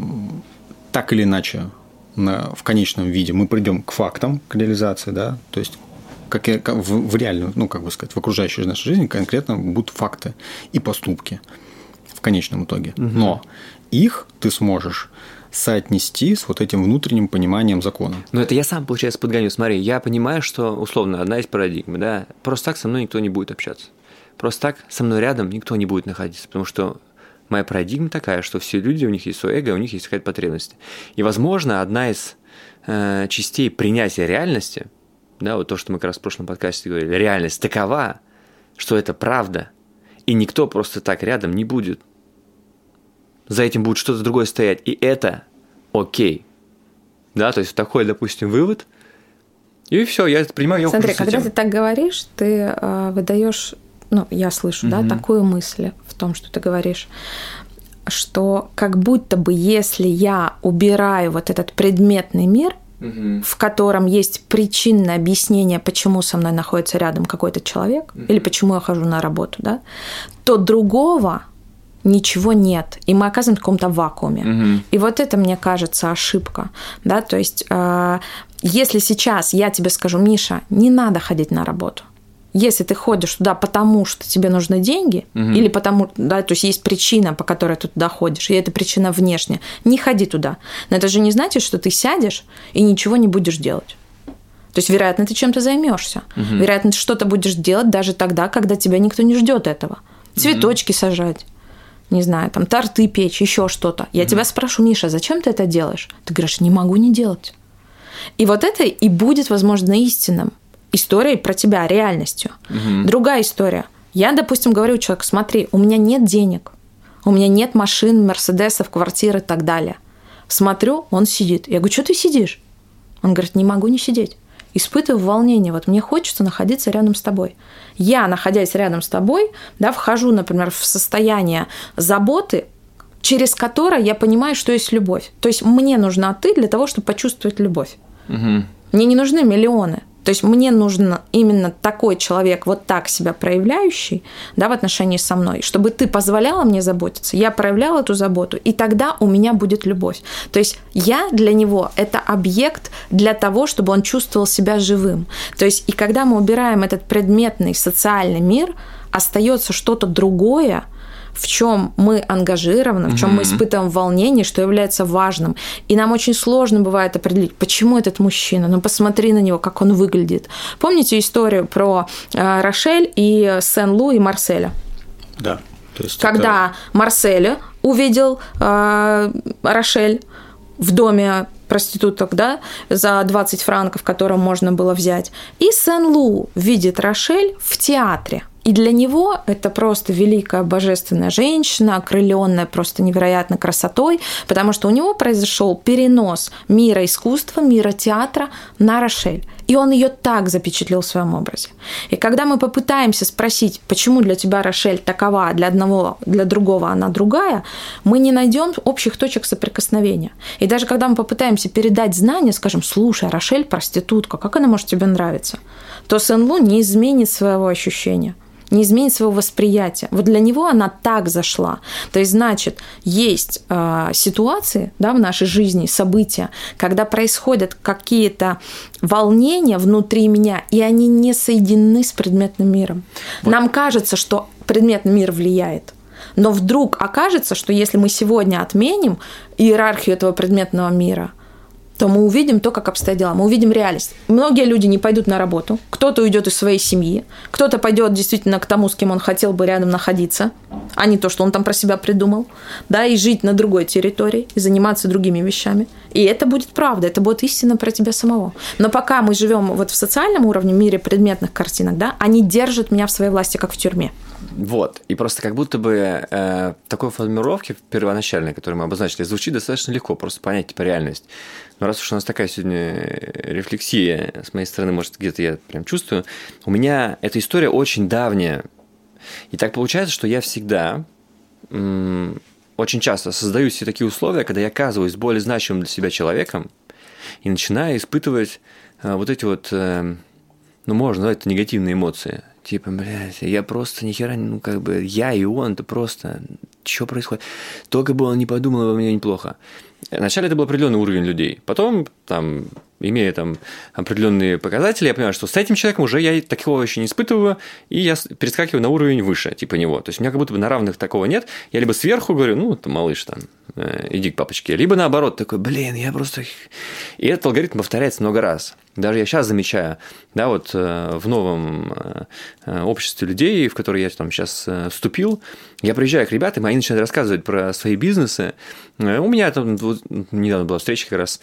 так или иначе, на, в конечном виде мы придем к фактам, к реализации, да, то есть как, как в, в реальную, ну, как бы сказать, в окружающей нашей жизни конкретно будут факты и поступки в конечном итоге. Угу. Но их ты сможешь соотнести с вот этим внутренним пониманием закона. Но это я сам, получается, подгоню. Смотри, я понимаю, что, условно, одна из парадигм, да, просто так со мной никто не будет общаться. Просто так со мной рядом никто не будет находиться, потому что моя парадигма такая, что все люди, у них есть свое эго, у них есть какая-то потребность. И, возможно, одна из э, частей принятия реальности, да, вот то, что мы как раз в прошлом подкасте говорили, реальность такова, что это правда, и никто просто так рядом не будет. За этим будет что-то другое стоять, и это окей. Да, то есть такой, допустим, вывод, и все, я это принимаю, я Смотри, когда ты так говоришь, ты э, выдаешь, ну, я слышу, угу. да, такую мысль в том, что ты говоришь, что как будто бы если я убираю вот этот предметный мир, угу. в котором есть причинное объяснение, почему со мной находится рядом какой-то человек, угу. или почему я хожу на работу, да, то другого ничего нет, и мы оказываемся в каком-то вакууме. Угу. И вот это, мне кажется, ошибка. Да? То есть, э, если сейчас я тебе скажу, Миша, не надо ходить на работу, если ты ходишь туда потому, что тебе нужны деньги, угу. или потому, да, то есть есть причина, по которой ты туда ходишь, и эта причина внешняя, не ходи туда. Но это же не значит, что ты сядешь и ничего не будешь делать. То есть, вероятно, ты чем-то займешься. Угу. Вероятно, ты что-то будешь делать даже тогда, когда тебя никто не ждет этого. Цветочки угу. сажать. Не знаю, там торты печь, еще что-то. Я mm-hmm. тебя спрошу, Миша, зачем ты это делаешь? Ты говоришь, не могу не делать. И вот это и будет, возможно, истинным. Историей про тебя, реальностью. Mm-hmm. Другая история. Я, допустим, говорю человеку, смотри, у меня нет денег, у меня нет машин, мерседесов, квартир и так далее. Смотрю, он сидит. Я говорю, что ты сидишь? Он говорит, не могу не сидеть. Испытываю волнение. Вот мне хочется находиться рядом с тобой. Я, находясь рядом с тобой, да, вхожу, например, в состояние заботы, через которое я понимаю, что есть любовь. То есть мне нужна ты для того, чтобы почувствовать любовь. Угу. Мне не нужны миллионы. То есть мне нужен именно такой человек, вот так себя проявляющий, да, в отношении со мной, чтобы ты позволяла мне заботиться, я проявляла эту заботу, и тогда у меня будет любовь. То есть я для него – это объект для того, чтобы он чувствовал себя живым. То есть и когда мы убираем этот предметный социальный мир, остается что-то другое, в чем мы ангажированы, в чем mm-hmm. мы испытываем волнение, что является важным. И нам очень сложно бывает определить, почему этот мужчина. Ну, посмотри на него, как он выглядит. Помните историю про э, Рошель и Сен-Лу и Марселя? Да. То есть когда это... Марсель увидел э, Рошель в доме проституток, да, за двадцать франков, которые можно было взять, и Сен-Лу видит Рошель в театре. И для него это просто великая божественная женщина, окрыленная просто невероятной красотой, потому что у него произошел перенос мира искусства, мира театра на Рошель. И он ее так запечатлел в своем образе. И когда мы попытаемся спросить, почему для тебя Рошель такова, а для одного, для другого она другая, мы не найдем общих точек соприкосновения. И даже когда мы попытаемся передать знания, скажем, слушай, Рошель проститутка, как она может тебе нравиться, то Сен-Лу не изменит своего ощущения, не изменит своего восприятия. Вот для него она так зашла. То есть, значит, есть э, ситуации, да, в нашей жизни, события, когда происходят какие-то волнения внутри меня, и они не соединены с предметным миром. Вот. Нам кажется, что предметный мир влияет. Но вдруг окажется, что если мы сегодня отменим иерархию этого предметного мира, то мы увидим то, как обстоят дела. Мы увидим реальность. Многие люди не пойдут на работу. Кто-то уйдет из своей семьи. Кто-то пойдет действительно к тому, с кем он хотел бы рядом находиться, а не то, что он там про себя придумал. Да, и жить на другой территории, и заниматься другими вещами. И это будет правда, это будет истина про тебя самого. Но пока мы живем вот в социальном уровне, в мире предметных картинок, да, они держат меня в своей власти, как в тюрьме. Вот. И просто как будто бы э, такой формулировки первоначальной, которую мы обозначили, звучит достаточно легко, просто понять типа реальность. Но раз уж у нас такая сегодня рефлексия с моей стороны, может, где-то я прям чувствую, у меня эта история очень давняя. И так получается, что я всегда м- очень часто создаю себе такие условия, когда я оказываюсь более значимым для себя человеком и начинаю испытывать э, вот эти вот, э, ну, можно назвать это негативные эмоции. Типа, блядь, я просто ни хера, ну, как бы, я и он, это просто, что происходит? Только бы он не подумал обо мне неплохо. Вначале это был определенный уровень людей. Потом, там, имея там определенные показатели, я понимаю, что с этим человеком уже я такого еще не испытываю, и я перескакиваю на уровень выше, типа него. То есть у меня как будто бы на равных такого нет. Я либо сверху говорю, ну, там, малыш, там, иди к папочке, либо наоборот, такой, блин, я просто... И этот алгоритм повторяется много раз. Даже я сейчас замечаю, да, вот в новом обществе людей, в которое я там сейчас вступил, я приезжаю к ребятам, они начинают рассказывать про свои бизнесы. У меня там недавно была встреча как раз.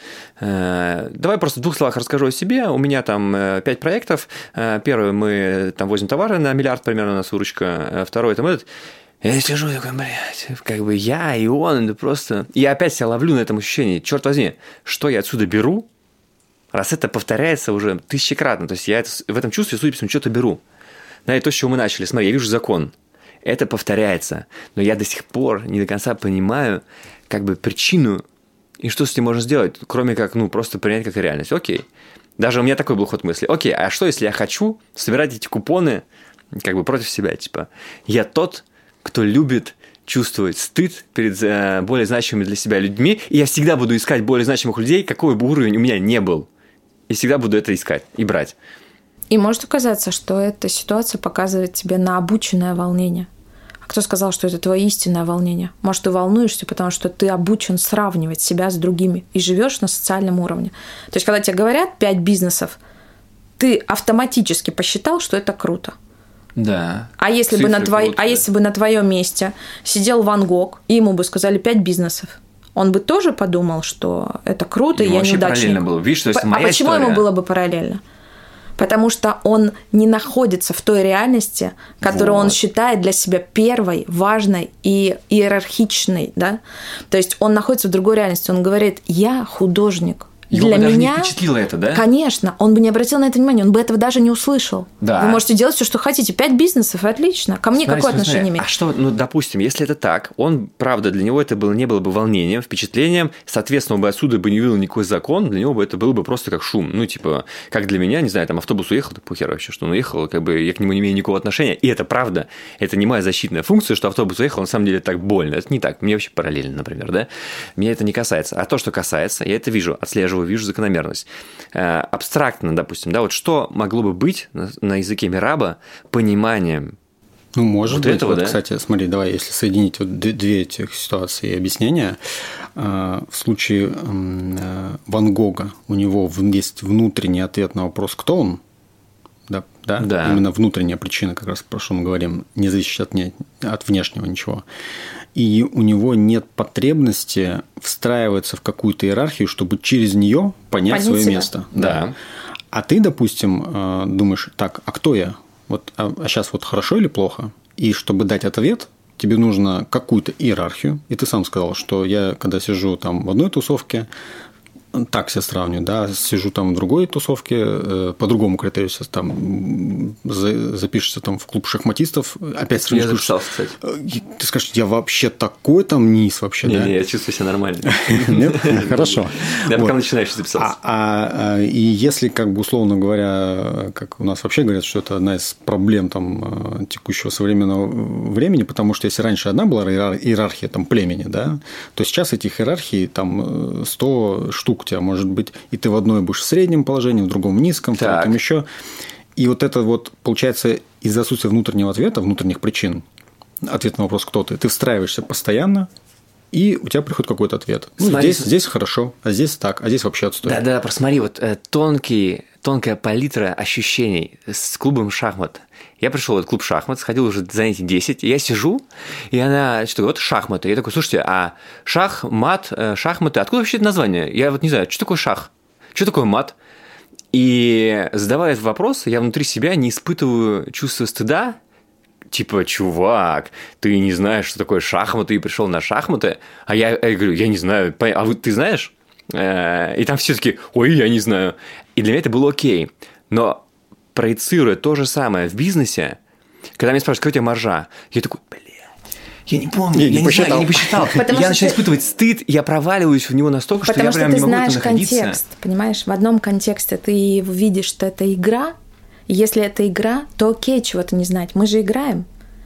Давай просто в двух словах расскажу о себе. У меня там пять проектов. Первый, мы там возим товары на миллиард примерно, у нас выручка. Второй, там этот... Я сижу такой, блядь, как бы я и он, это просто... Я опять себя ловлю на этом ощущении. Черт возьми, что я отсюда беру, раз это повторяется уже тысячекратно. То есть я это, в этом чувстве, судя по всему, что-то беру. Да, и то, с чего мы начали. Смотри, я вижу закон. Это повторяется. Но я до сих пор не до конца понимаю, как бы, причину и что с этим можно сделать, кроме как, ну, просто принять как реальность. Окей. Даже у меня такой был ход мысли. Окей, а что, если я хочу собирать эти купоны как бы против себя? Типа, я тот, кто любит чувствовать стыд перед э, более значимыми для себя людьми, и я всегда буду искать более значимых людей, какой бы уровень у меня не был. И всегда буду это искать и брать. И может оказаться, что эта ситуация показывает тебе на обученное волнение. А кто сказал, что это твое истинное волнение? Может, ты волнуешься, потому что ты обучен сравнивать себя с другими и живешь на социальном уровне. То есть, когда тебе говорят пять бизнесов, ты автоматически посчитал, что это круто. Да. А если, бы на, твой, а если бы на твоем месте сидел Ван Гог, и ему бы сказали пять бизнесов, он бы тоже подумал, что это круто, и я неудачник. Параллельно было. Видишь, то есть а моя почему история... ему было бы параллельно? Потому что он не находится в той реальности, которую вот. Он считает для себя первой, важной и иерархичной. Да? То есть он находится в другой реальности. Он говорит, я художник. Его Для бы даже меня, не впечатлило это, да? Конечно, он бы не обратил на это внимания, он бы этого даже не услышал. Да. Вы можете делать все, что хотите. Пять бизнесов, отлично. Ко мне смотри, какое смотри, отношение смотри. имеет? А что, ну, допустим, если это так, он, правда, для него это было, не было бы волнением, впечатлением, соответственно, он бы отсюда бы не увидел никакой закон, для него бы это было бы просто как шум. Ну, типа, как для меня, не знаю, там автобус уехал, да похер вообще, что он уехал, как бы я к нему не имею никакого отношения. И это правда, это не моя защитная функция, что автобус уехал, на самом деле так больно. Это не так. Мне вообще параллельно, например, да? Меня это не касается. А то, что касается, я это вижу, отслеживаю, вижу закономерность. Абстрактно, допустим, да, вот что могло бы быть на, на языке Мираба пониманием ну, может вот быть, этого, вот, да? Кстати, смотри, давай, если соединить вот две этих ситуации и объяснения, в случае Ван Гога у него есть внутренний ответ на вопрос, кто он, да, да? Да. Именно внутренняя причина, как раз про что мы говорим, не зависит от, не, от внешнего ничего. И у него нет потребности встраиваться в какую-то иерархию, чтобы через нее понять, понять свое себя. Место. Да. Да. А ты, допустим, думаешь, так, а кто я? Вот, а, а сейчас вот хорошо или плохо? И чтобы дать ответ, тебе нужно какую-то иерархию. И ты сам сказал, что я, когда сижу там в одной тусовке, так себя сравниваю, да, сижу там в другой тусовке, по другому критерию там запишешься там в клуб шахматистов, опять сравнишь. Я записался, кстати. Ты скажешь, я вообще такой там низ вообще, не, да? Не, я чувствую себя нормально. Нет? Хорошо. Я пока начинаешь записаться. И если, как бы, условно говоря, как у нас вообще говорят, что это одна из проблем там текущего современного времени, потому что если раньше одна была иерархия там племени, да, то сейчас этих иерархий там сто штук у тебя может быть, и ты в одной будешь в среднем положении, в другом в низком, в третьем еще. И вот это вот, получается, из-за отсутствия внутреннего ответа, внутренних причин, ответ на вопрос, кто ты, ты встраиваешься постоянно и у тебя приходит какой-то ответ. Ну, Смотри, здесь, здесь хорошо, а здесь так, а здесь вообще отстой. Да-да, просмотри, вот э, тонкий, тонкая палитра ощущений с клубом шахмат. Я пришел в этот клуб шахмат, сходил уже занятий десять, и я сижу, и она что говорит, вот шахматы. Я такой, слушайте, а шах, мат, э, шахматы, откуда вообще это название? Я вот не знаю, что такое шах? Что такое мат? И задавая этот вопрос, я внутри себя не испытываю чувство стыда, типа, чувак, ты не знаешь, что такое шахматы, и пришел на шахматы, а я, я говорю, я не знаю, а вы, ты знаешь? И там все таки, ой, я не знаю. И для меня это было окей. Но проецируя то же самое в бизнесе, когда меня спрашивают, какая у тебя маржа, я такой, блядь, я не помню, я, я не, не знаю, я не посчитал. Я начинаю испытывать стыд, я проваливаюсь в него настолько, что я прям не могу там находиться. Потому что ты знаешь контекст, понимаешь? В одном контексте ты видишь, что это игра, и если это игра, то окей, чего-то не знать. Мы же играем.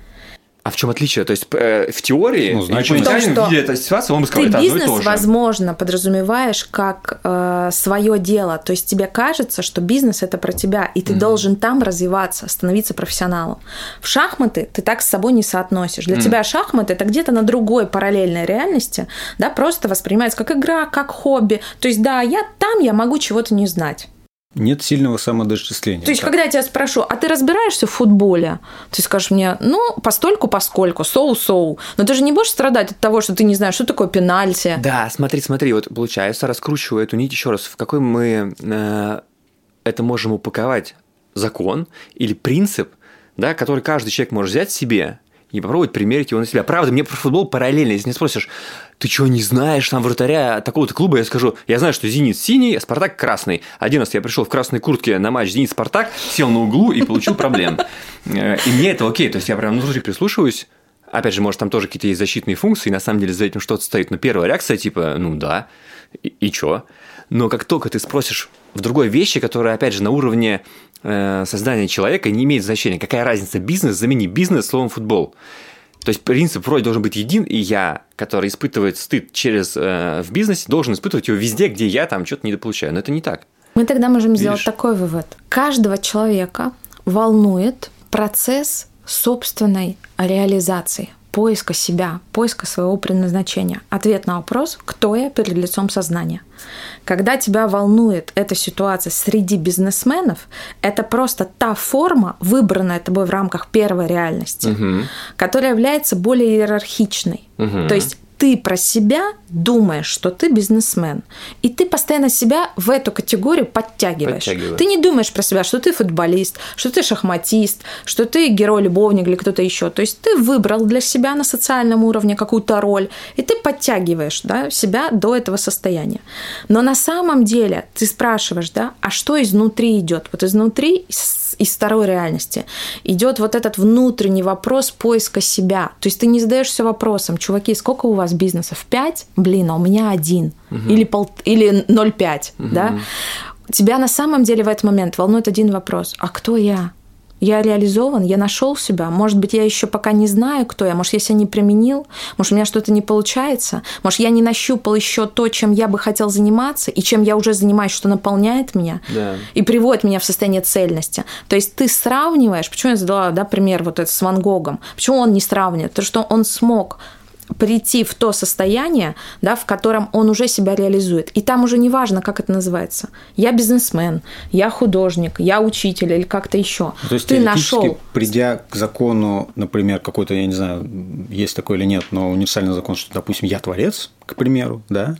А в чем отличие? То есть э, в теории, ну, значит, инопланетянин, видя эту ситуацию, он бы сказал, ты это одно и то же. бизнес, возможно, подразумеваешь как э, свое дело. То есть тебе кажется, что бизнес – это про тебя, и ты mm-hmm. должен там развиваться, становиться профессионалом. В шахматы ты так с собой не соотносишь. Для mm-hmm. тебя шахматы – это где-то на другой параллельной реальности, да, просто воспринимается как игра, как хобби. То есть да, я там, я могу чего-то не знать. Нет сильного самодочисления. То есть, так. когда я тебя спрошу, а ты разбираешься в футболе? Ты скажешь мне, ну, постольку, поскольку, соу-соу. Но ты же не будешь страдать от того, что ты не знаешь, что такое пенальти. Да, смотри, смотри, вот получается, раскручиваю эту нить еще раз, в какой мы э, это можем упаковать закон или принцип, да, который каждый человек может взять себе и попробовать примерить его на себя. Правда, мне про футбол параллельно, если не спросишь, ты что, не знаешь там вратаря такого-то клуба, я скажу, я знаю, что «Зенит» синий, а «Спартак» красный. Один раз я пришел в красной куртке на матч «Зенит-Спартак», сел на углу и получил проблем. И мне это окей, то есть я прям внутри прислушиваюсь. Опять же, может, там тоже какие-то есть защитные функции, на самом деле за этим что-то стоит. Но первая реакция типа, ну да, и, и чё? Но как только ты спросишь в другой вещи, которая, опять же, на уровне э, создания человека не имеет значения, какая разница, бизнес, замени бизнес словом футбол. То есть принцип вроде должен быть един, и я, который испытывает стыд через э, в бизнесе, должен испытывать его везде, где я там что-то недополучаю. Но это не так. Мы тогда можем Видишь? сделать такой вывод. Каждого человека волнует процесс собственной реализации, поиска себя, поиска своего предназначения. Ответ на вопрос, кто я перед лицом сознания. Когда тебя волнует эта ситуация среди бизнесменов, это просто та форма, выбранная тобой в рамках первой реальности, угу. которая является более иерархичной. Угу. То есть ты про себя думаешь, что ты бизнесмен, и ты постоянно себя в эту категорию подтягиваешь. Подтягиваю. Ты не думаешь про себя, что ты футболист, что ты шахматист, что ты герой-любовник или кто-то еще. То есть ты выбрал для себя на социальном уровне какую-то роль, и ты подтягиваешь, да, себя до этого состояния. Но на самом деле ты спрашиваешь, да, а что изнутри идет? Вот изнутри, из второй реальности, идет вот этот внутренний вопрос поиска себя. То есть ты не задаешься вопросом, чуваки, сколько у вас бизнесов? Пять? Блин, а у меня один. Угу. Или, пол... Или ноль целых пять. Угу. Да? Тебя на самом деле в этот момент волнует один вопрос. А кто я? Я реализован, я нашел себя. Может быть, я еще пока не знаю, кто я. Может, я себя не применил. Может, у меня что-то не получается. Может, я не нащупал еще то, чем я бы хотел заниматься, и чем я уже занимаюсь, что наполняет меня да. и приводит меня в состояние цельности. То есть ты сравниваешь. Почему я задала, да, пример вот этот с Ван Гогом? Почему он не сравнивает? Потому что он смог прийти в то состояние, да, в котором он уже себя реализует. И там уже не важно, как это называется. Я бизнесмен, я художник, я учитель или как-то еще. То есть, ты нашел. Придя к закону, например, какой-то, я не знаю, есть такой или нет, но универсальный закон, что, допустим, я творец, к примеру, да,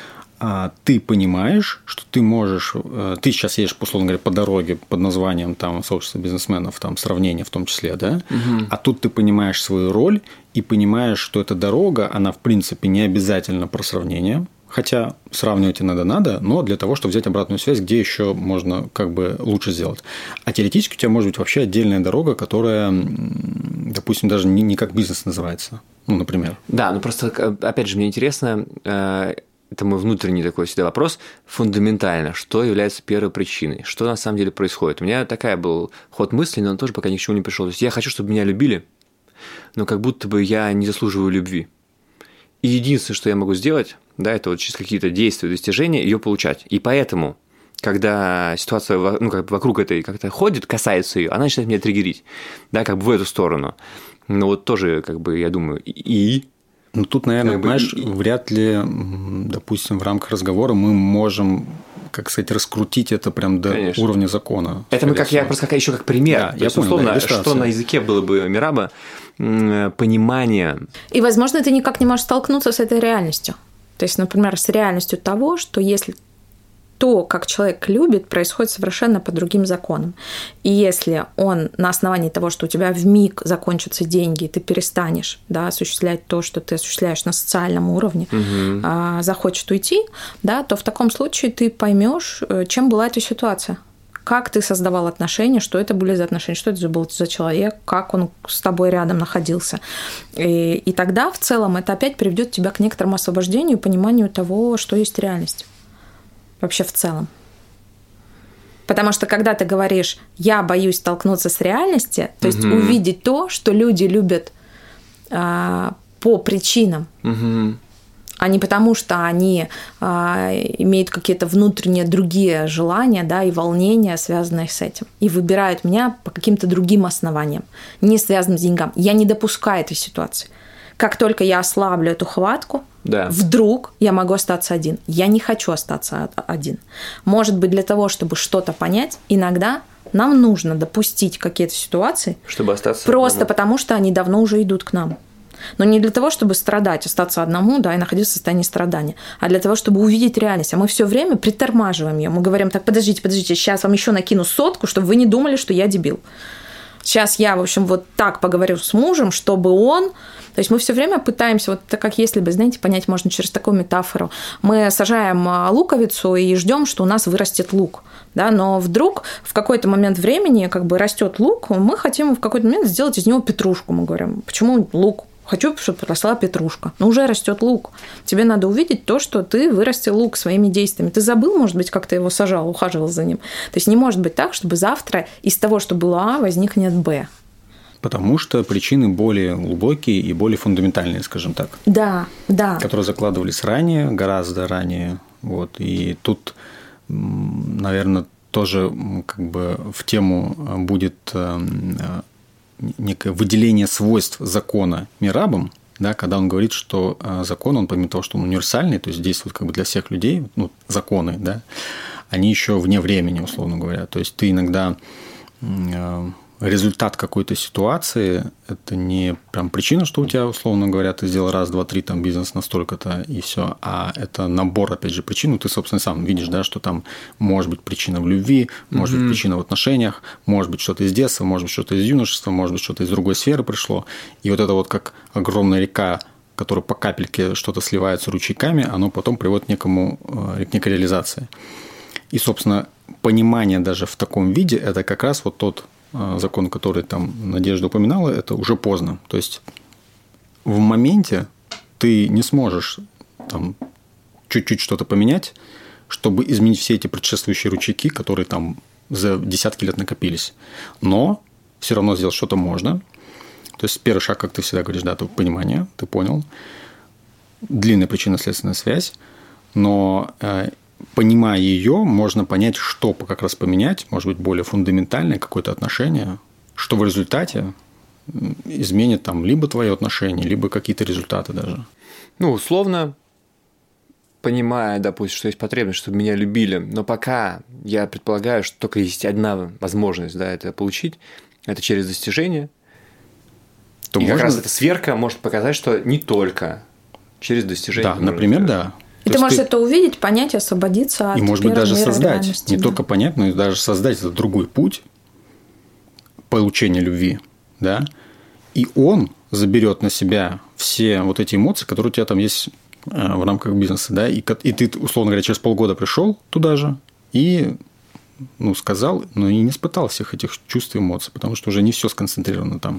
ты понимаешь, что ты можешь, ты сейчас едешь, условно говоря, по дороге под названием там, сообщества бизнесменов, там, сравнение в том числе, да, угу. а тут ты понимаешь свою роль и понимаешь, что эта дорога, она, в принципе, не обязательно про сравнение, хотя сравнивать иногда надо, но для того, чтобы взять обратную связь, где еще можно как бы лучше сделать. А теоретически у тебя может быть вообще отдельная дорога, которая, допустим, даже не, не как бизнес называется, ну, например. Да, ну просто, опять же, мне интересно... Это мой внутренний такой всегда вопрос, фундаментально, что является первой причиной, что на самом деле происходит. У меня такая был ход мысли, но он тоже пока ни к чему не пришел. То есть я хочу, чтобы меня любили, но как будто бы я не заслуживаю любви. И единственное, что я могу сделать, да, это вот через какие-то действия, достижения ее получать. И поэтому, когда ситуация ну, как бы вокруг этой как-то ходит, касается ее, она начинает меня триггерить, да, как бы в эту сторону. Но вот тоже, как бы, я думаю, и... Ну, тут, наверное, Как бы понимаешь, и- вряд ли, допустим, в рамках разговора мы можем, как сказать, раскрутить это прям до Конечно. уровня закона. Это мы как я всего. просто как, еще как пример. Да, То я есть, понял, условно, да, иллюстрация. что на языке было бы Мираба, м, понимание. И, возможно, ты никак не можешь столкнуться с этой реальностью. То есть, например, с реальностью того, что если то, как человек любит, происходит совершенно по другим законам. И если он на основании того, что у тебя вмиг закончатся деньги, и ты перестанешь, да, осуществлять то, что ты осуществляешь на социальном уровне, Мгм. а, захочет уйти, да, то в таком случае ты поймешь, чем была эта ситуация. Как ты создавал отношения, что это были за отношения, что это был за человек, как он с тобой рядом находился. И, и тогда в целом это опять приведет тебя к некоторому освобождению, пониманию того, что есть реальность. Вообще в целом. Потому что когда ты говоришь «я боюсь столкнуться с реальностью», то есть Мгм. увидеть то, что люди любят а, по причинам, Мгм. а не потому, что они а, имеют какие-то внутренние другие желания, да, и волнения, связанные с этим, и выбирают меня по каким-то другим основаниям, не связанным с деньгами. Я не допускаю этой ситуации. Как только я ослаблю эту хватку, Да. вдруг я могу остаться один. Я не хочу остаться один. Может быть, для того, чтобы что-то понять, иногда нам нужно допустить какие-то ситуации, Чтобы остаться просто одному. потому, что они давно уже идут к нам. Но не для того, чтобы страдать, остаться одному, да, и находиться в состоянии страдания, а для того, чтобы увидеть реальность. А мы все время притормаживаем ее. Мы говорим: так, подождите, подождите, сейчас вам еще накину сотку, чтобы вы не думали, что я дебил. Сейчас я, в общем, вот так поговорю с мужем, чтобы он... То есть мы все время пытаемся, вот так как если бы, знаете, понять можно через такую метафору. Мы сажаем луковицу и ждем, что у нас вырастет лук. Да, но вдруг в какой-то момент времени как бы растет лук, мы хотим в какой-то момент сделать из него петрушку. Мы говорим: почему лук? Хочу, чтобы росла петрушка. Но уже растет лук. Тебе надо увидеть то, что ты вырастил лук своими действиями. Ты забыл, может быть, как ты его сажал, ухаживал за ним. То есть не может быть так, чтобы завтра из того, что было А, возникнет Б. Потому что причины более глубокие и более фундаментальные, скажем так. Да, да. Которые закладывались ранее, гораздо ранее. Вот. И тут, наверное, тоже как бы в тему будет некое выделение свойств закона Мирабом, да, когда он говорит, что закон, он помимо того, что он универсальный, то есть действует как бы для всех людей, ну, законы, да, они еще вне времени, условно говоря. То есть ты иногда результат какой-то ситуации – это не прям причина, что у тебя, условно говоря, ты сделал раз, два, три, там бизнес настолько-то и все, а это набор, опять же, причин. Ну, ты, собственно, сам видишь, да, что там может быть причина в любви, может mm-hmm. быть причина в отношениях, может быть что-то из детства, может быть что-то из юношества, может быть что-то из другой сферы пришло. И вот это вот как огромная река, которая по капельке что-то сливается ручейками, оно потом приводит к некому, к некой реализации. И, собственно, понимание даже в таком виде – это как раз вот тот закон, который там Надежда упоминала, это уже поздно. То есть в моменте ты не сможешь там чуть-чуть что-то поменять, чтобы изменить все эти предшествующие ручейки, которые там за десятки лет накопились. Но все равно сделать что-то можно. То есть первый шаг, как ты всегда говоришь, да, это понимание, ты понял. Длинная причинно-следственная связь, но понимая ее, можно понять, что как раз поменять, может быть, более фундаментальное какое-то отношение, что в результате изменит там либо твое отношение, либо какие-то результаты даже. Ну, условно, понимая, допустим, что есть потребность, чтобы меня любили, но пока я предполагаю, что только есть одна возможность, да, это получить, это через достижение. То и можно... как раз эта сверка может показать, что не только через достижение. Да, например, сделать. да. И ты можешь ты... это увидеть, понять, освободиться от и, может быть, даже создать, реальности, не да. только понять, но и даже создать этот другой путь получения любви, да, и он заберет на себя все вот эти эмоции, которые у тебя там есть в рамках бизнеса, да, и, и ты, условно говоря, через полгода пришел туда же и, ну, сказал, но и не испытал всех этих чувств и эмоций, потому что уже не все сконцентрировано там.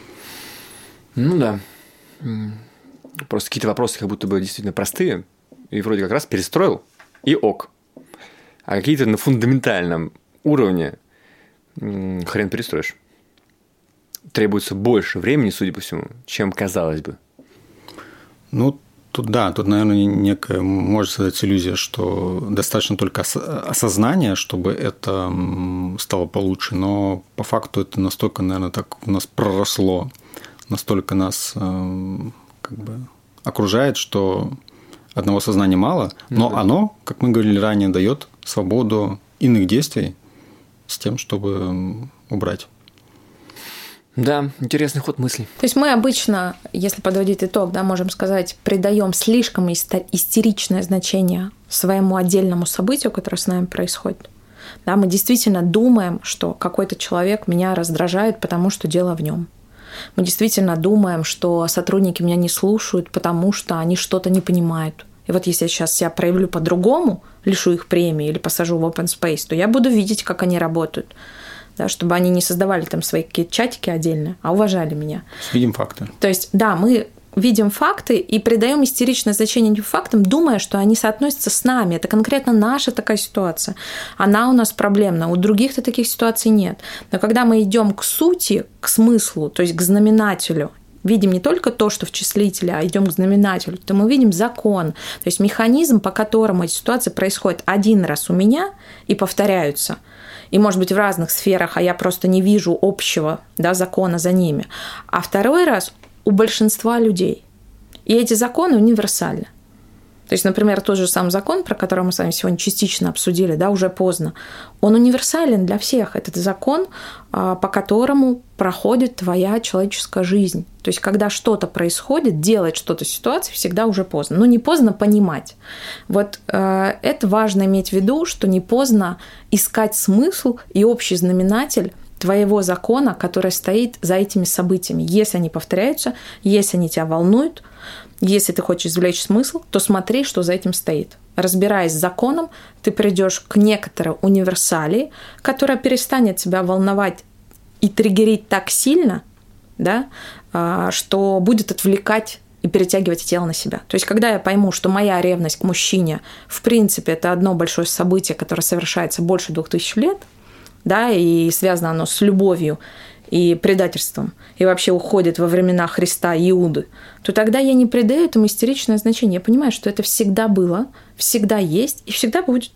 Ну да. Просто какие-то вопросы как будто бы действительно простые, и вроде как раз перестроил, и ок. А какие-то на фундаментальном уровне хрен перестроишь. Требуется больше времени, судя по всему, чем казалось бы. Ну, тут да, тут, наверное, некая может создаться иллюзия, что достаточно только осознания, чтобы это стало получше, но по факту это настолько, наверное, так у нас проросло, настолько нас как бы окружает, что одного сознания мало, но mm-hmm. оно, как мы говорили ранее, дает свободу иных действий с тем, чтобы убрать. Да, интересный ход мыслей. То есть мы обычно, если подводить итог, да, можем сказать, придаем слишком истеричное значение своему отдельному событию, которое с нами происходит. Да, мы действительно думаем, что какой-то человек меня раздражает, потому что дело в нем. Мы действительно думаем, что сотрудники меня не слушают, потому что они что-то не понимают. И вот если я сейчас себя проявлю по-другому, лишу их премии или посажу в open space, то я буду видеть, как они работают. Да, чтобы они не создавали там свои какие-то чатики отдельные, а уважали меня. Видим факты. То есть, да, мы видим факты и придаем истеричное значение этим фактам, думая, что они соотносятся с нами. Это конкретно наша такая ситуация. Она у нас проблемна. У других-то таких ситуаций нет. Но когда мы идем к сути, к смыслу, то есть к знаменателю, видим не только то, что в числителе, а идем к знаменателю, то мы видим закон, то есть механизм, по которому эти ситуации происходят один раз у меня и повторяются. И, может быть, в разных сферах, а я просто не вижу общего, да, закона за ними. А второй раз у большинства людей. И эти законы универсальны. То есть, например, тот же самый закон, про который мы с вами сегодня частично обсудили, да, уже поздно, он универсален для всех. Это закон, по которому проходит твоя человеческая жизнь. То есть, когда что-то происходит, делать что-то в ситуации, всегда уже поздно. Но не поздно понимать. Вот э, это важно иметь в виду, что не поздно искать смысл и общий знаменатель твоего закона, который стоит за этими событиями. Если они повторяются, если они тебя волнуют, если ты хочешь извлечь смысл, то смотри, что за этим стоит. Разбираясь с законом, ты придешь к некоторой универсалии, которая перестанет тебя волновать и триггерить так сильно, да, что будет отвлекать и перетягивать тело на себя. То есть, когда я пойму, что моя ревность к мужчине, в принципе, это одно большое событие, которое совершается больше двух тысяч лет, да, и связано оно с любовью и предательством, и вообще уходит во времена Христа и Иуды, то тогда я не придаю этому истеричное значение. Я понимаю, что это всегда было, всегда есть и всегда будет.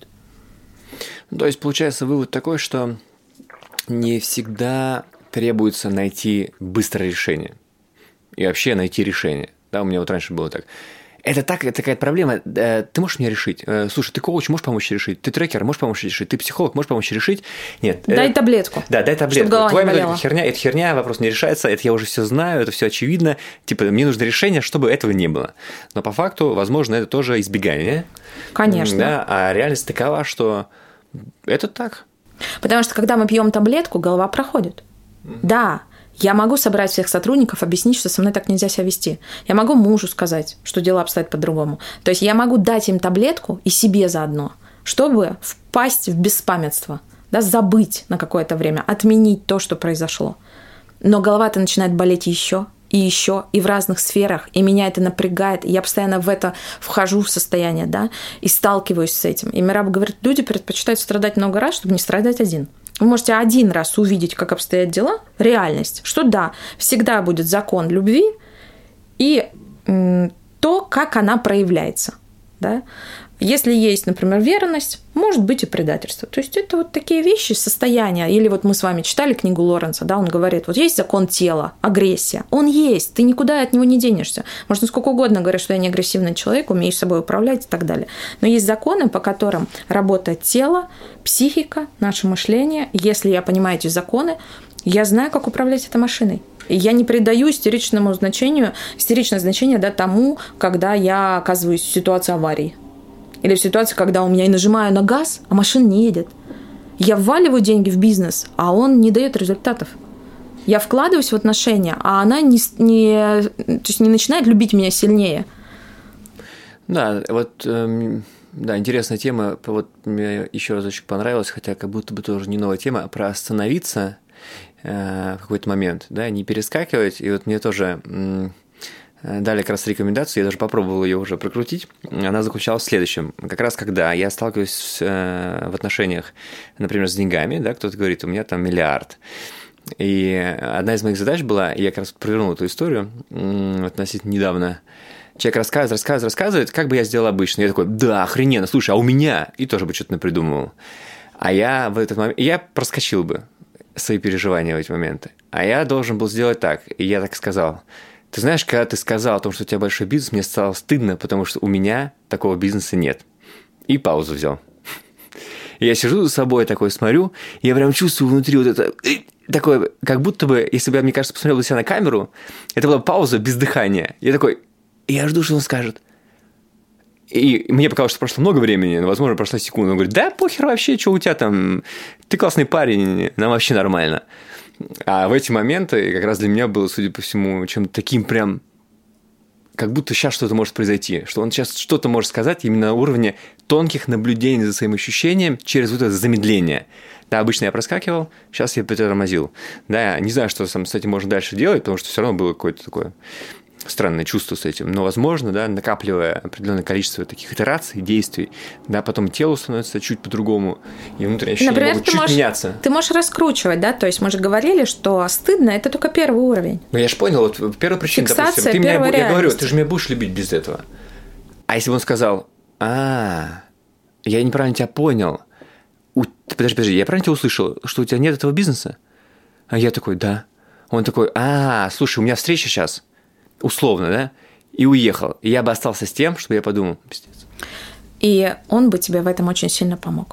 То есть, получается, вывод такой, что не всегда требуется найти быстрое решение. И вообще найти решение. Да, у меня вот раньше было так. Это так, это такая проблема. Ты можешь мне решить? Слушай, ты коуч, можешь помочь решить? Ты трекер, можешь помочь решить? Ты психолог, можешь помочь решить? Нет. Дай таблетку. Да, дай таблетку. Твоя методика херня, это херня, вопрос не решается, это я уже все знаю, это все очевидно. Типа, мне нужно решение, чтобы этого не было. Но по факту, возможно, это тоже избегание. Конечно. Да, а реальность такова, что это так. Потому что когда мы пьем таблетку, голова проходит. Mm-hmm. Да. Я могу собрать всех сотрудников, объяснить, что со мной так нельзя себя вести. Я могу мужу сказать, что дела обстоят по-другому. То есть я могу дать им таблетку и себе заодно, чтобы впасть в беспамятство, да, забыть на какое-то время, отменить то, что произошло. Но голова-то начинает болеть еще и еще, и в разных сферах, и меня это напрягает, и я постоянно в это вхожу в состояние, да, и сталкиваюсь с этим. И Мираб говорит, люди предпочитают страдать много раз, чтобы не страдать один. Вы можете один раз увидеть, как обстоят дела, реальность, что да, всегда будет закон любви и то, как она проявляется. Да? Если есть, например, верность, может быть и предательство. То есть это вот такие вещи, состояния. Или вот мы с вами читали книгу Лоренса, да, он говорит, вот есть закон тела, агрессия. Он есть, ты никуда от него не денешься. Можно сколько угодно говорить, что я не агрессивный человек, умею собой управлять и так далее. Но есть законы, по которым работает тело, психика, наше мышление. Если я понимаю эти законы, я знаю, как управлять этой машиной. И я не придаю истеричному значению, истеричное значение, да, тому, когда я оказываюсь в ситуации аварии. Или в ситуации, когда у меня и нажимаю на газ, а машина не едет. Я вваливаю деньги в бизнес, а он не дает результатов. Я вкладываюсь в отношения, а она не, не, то есть не начинает любить меня сильнее. Да, вот эм, да, интересная тема. Вот мне еще разочек понравилось, хотя как будто бы тоже не новая тема, про остановиться э, в какой-то момент, да, не перескакивать. И вот мне тоже м- дали как раз рекомендацию, я даже попробовал ее уже прокрутить. Она заключалась в следующем. Как раз когда я сталкиваюсь с, э, в отношениях, например, с деньгами, да, кто-то говорит, у меня там миллиард. И одна из моих задач была, я как раз провернул эту историю м- относительно недавно. Человек рассказывает, рассказывает, рассказывает, как бы я сделал обычно. Я такой, да, охрененно, слушай, а у меня? И тоже бы что-то напридумывал. А я в этот момент, я проскочил бы свои переживания в эти моменты. А я должен был сделать так. И я так сказал, Ты знаешь, когда ты сказал о том, что у тебя большой бизнес, мне стало стыдно, потому что у меня такого бизнеса нет. И паузу взял. И я сижу за собой такой, смотрю, и я прям чувствую внутри вот это... Такое, как будто бы, если бы я, мне кажется, посмотрел на себя на камеру, это была пауза без дыхания. Я такой, я жду, что он скажет. И мне показалось, что прошло много времени, но, возможно, прошла секунда. Он говорит, да похер вообще, что у тебя там, ты классный парень, нам вообще нормально. А в эти моменты как раз для меня было, судя по всему, чем-то таким прям, как будто сейчас что-то может произойти, что он сейчас что-то может сказать именно на уровне тонких наблюдений за своим ощущением через вот это замедление. Да, обычно я проскакивал, сейчас я притормозил. Да, не знаю, что с этим можно дальше делать, потому что все равно было какое-то такое странное чувство с этим. Но, возможно, да, накапливая определенное количество таких итераций, действий, да, потом телу становится чуть по-другому, и внутренние ощущения Например, могут ты чуть можешь, меняться. Ты можешь раскручивать, да? То есть мы же говорили, что стыдно – это только первый уровень. Ну, я же понял, вот первая причина, Фиксация допустим, ты меня, первой я говорю, реальности. ты же меня будешь любить без этого. А если бы он сказал, а, я неправильно тебя понял, у... подожди, подожди, я правильно тебя услышал, что у тебя нет этого бизнеса? А я такой, да. Он такой, а, слушай, у меня встреча сейчас, условно, да, и уехал. И я бы остался с тем, чтобы я подумал, пиздец. И он бы тебе в этом очень сильно помог.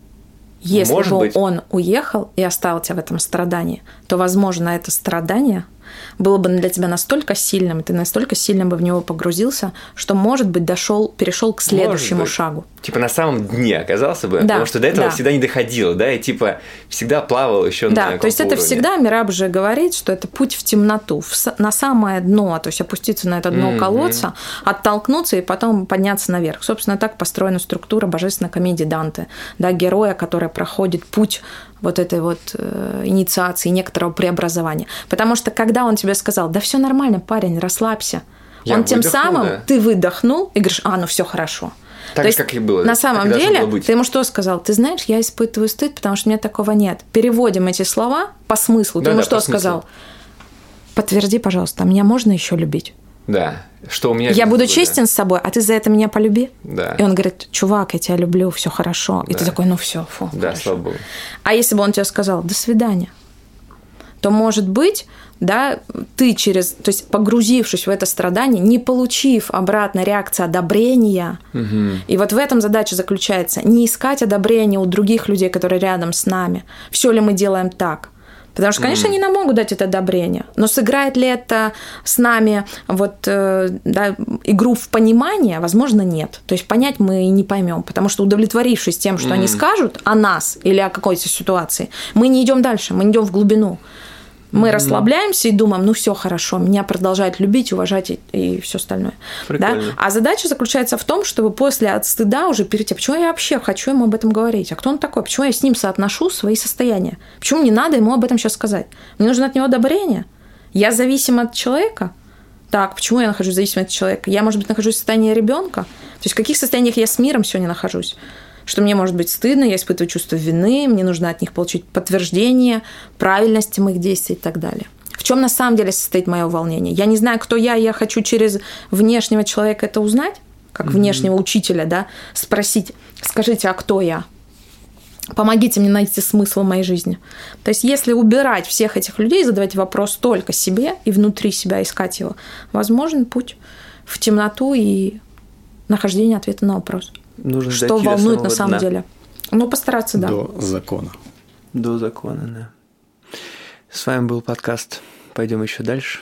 Если Может бы быть. он уехал и оставил тебя в этом страдании, то, возможно, это страдание было бы для тебя настолько сильным, и ты настолько сильно бы в него погрузился, что, может быть, дошел, перешел к следующему Может быть. шагу. Типа на самом дне оказался бы, Да, потому что до этого да. всегда не доходило, да, и типа всегда плавал еще на Да, каком-то то есть это уровне. всегда Мираб же говорит, что это путь в темноту, в с- на самое дно, то есть опуститься на это дно Мгм. колодца, оттолкнуться и потом подняться наверх. Собственно, так построена структура божественной комедии Данте, да, героя, который проходит путь вот этой вот э, инициации, некоторого преобразования. Потому что когда он тебе сказал, да все нормально, парень, расслабься, Я он тем выдохнул, самым, да. ты выдохнул и говоришь, а, ну все хорошо. Так То же, есть, как и было. на Так самом и должно деле, было быть. ты ему что сказал? Ты знаешь, я испытываю стыд, потому что у меня такого нет. Переводим эти слова по смыслу. Ты Да, ему да, что по смыслу. сказал? Подтверди, пожалуйста, а меня можно еще любить? Да, что у меня... Я буду было, честен с собой, а ты за это меня полюби. Да. И он говорит, чувак, я тебя люблю, все хорошо. И Да. ты такой, ну все, фу. Да, хорошо. слава богу. А если бы он тебе сказал, до свидания, то, может быть, да, ты через, то есть погрузившись в это страдание, не получив обратной реакции одобрения, Угу. и вот в этом задача заключается, не искать одобрения у других людей, которые рядом с нами, все ли мы делаем так. Потому что, конечно, они нам могут дать это одобрение, но сыграет ли это с нами вот, э, да, игру в понимание, возможно, нет. То есть понять мы и не поймем, потому что удовлетворившись тем, что они скажут о нас или о какой-то ситуации, мы не идем дальше, мы не идем в глубину. Мы mm-hmm. расслабляемся и думаем, ну все хорошо, меня продолжают любить, уважать и, и все остальное. Да? А задача заключается в том, чтобы после от стыда уже перейти, почему я вообще хочу ему об этом говорить, а кто он такой, почему я с ним соотношу свои состояния, почему не надо ему об этом сейчас сказать, мне нужно от него одобрение, я зависим от человека, так, почему я нахожусь зависимым от человека, я, может быть, нахожусь в состоянии ребенка, то есть в каких состояниях я с миром сегодня нахожусь. Что мне может быть стыдно, я испытываю чувство вины, мне нужно от них получить подтверждение правильности моих действий и так далее. В чем на самом деле состоит мое волнение? Я не знаю, кто я, я хочу через внешнего человека это узнать, как mm-hmm. внешнего учителя, да, спросить, скажите, а кто я? Помогите мне найти смысл в моей жизни. То есть, если убирать всех этих людей, задавать вопрос только себе и внутри себя искать его, возможен путь в темноту и нахождение ответа на вопрос. Нужно что волнует на самом дна. деле. Ну, постараться, да. До закона. До закона, да. С вами был подкаст «Пойдем еще дальше».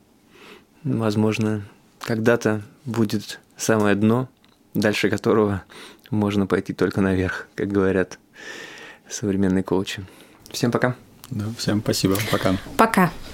Возможно, когда-то будет самое дно, дальше которого можно пойти только наверх, как говорят современные коучи. Всем пока. Да, всем спасибо. Пока. Пока.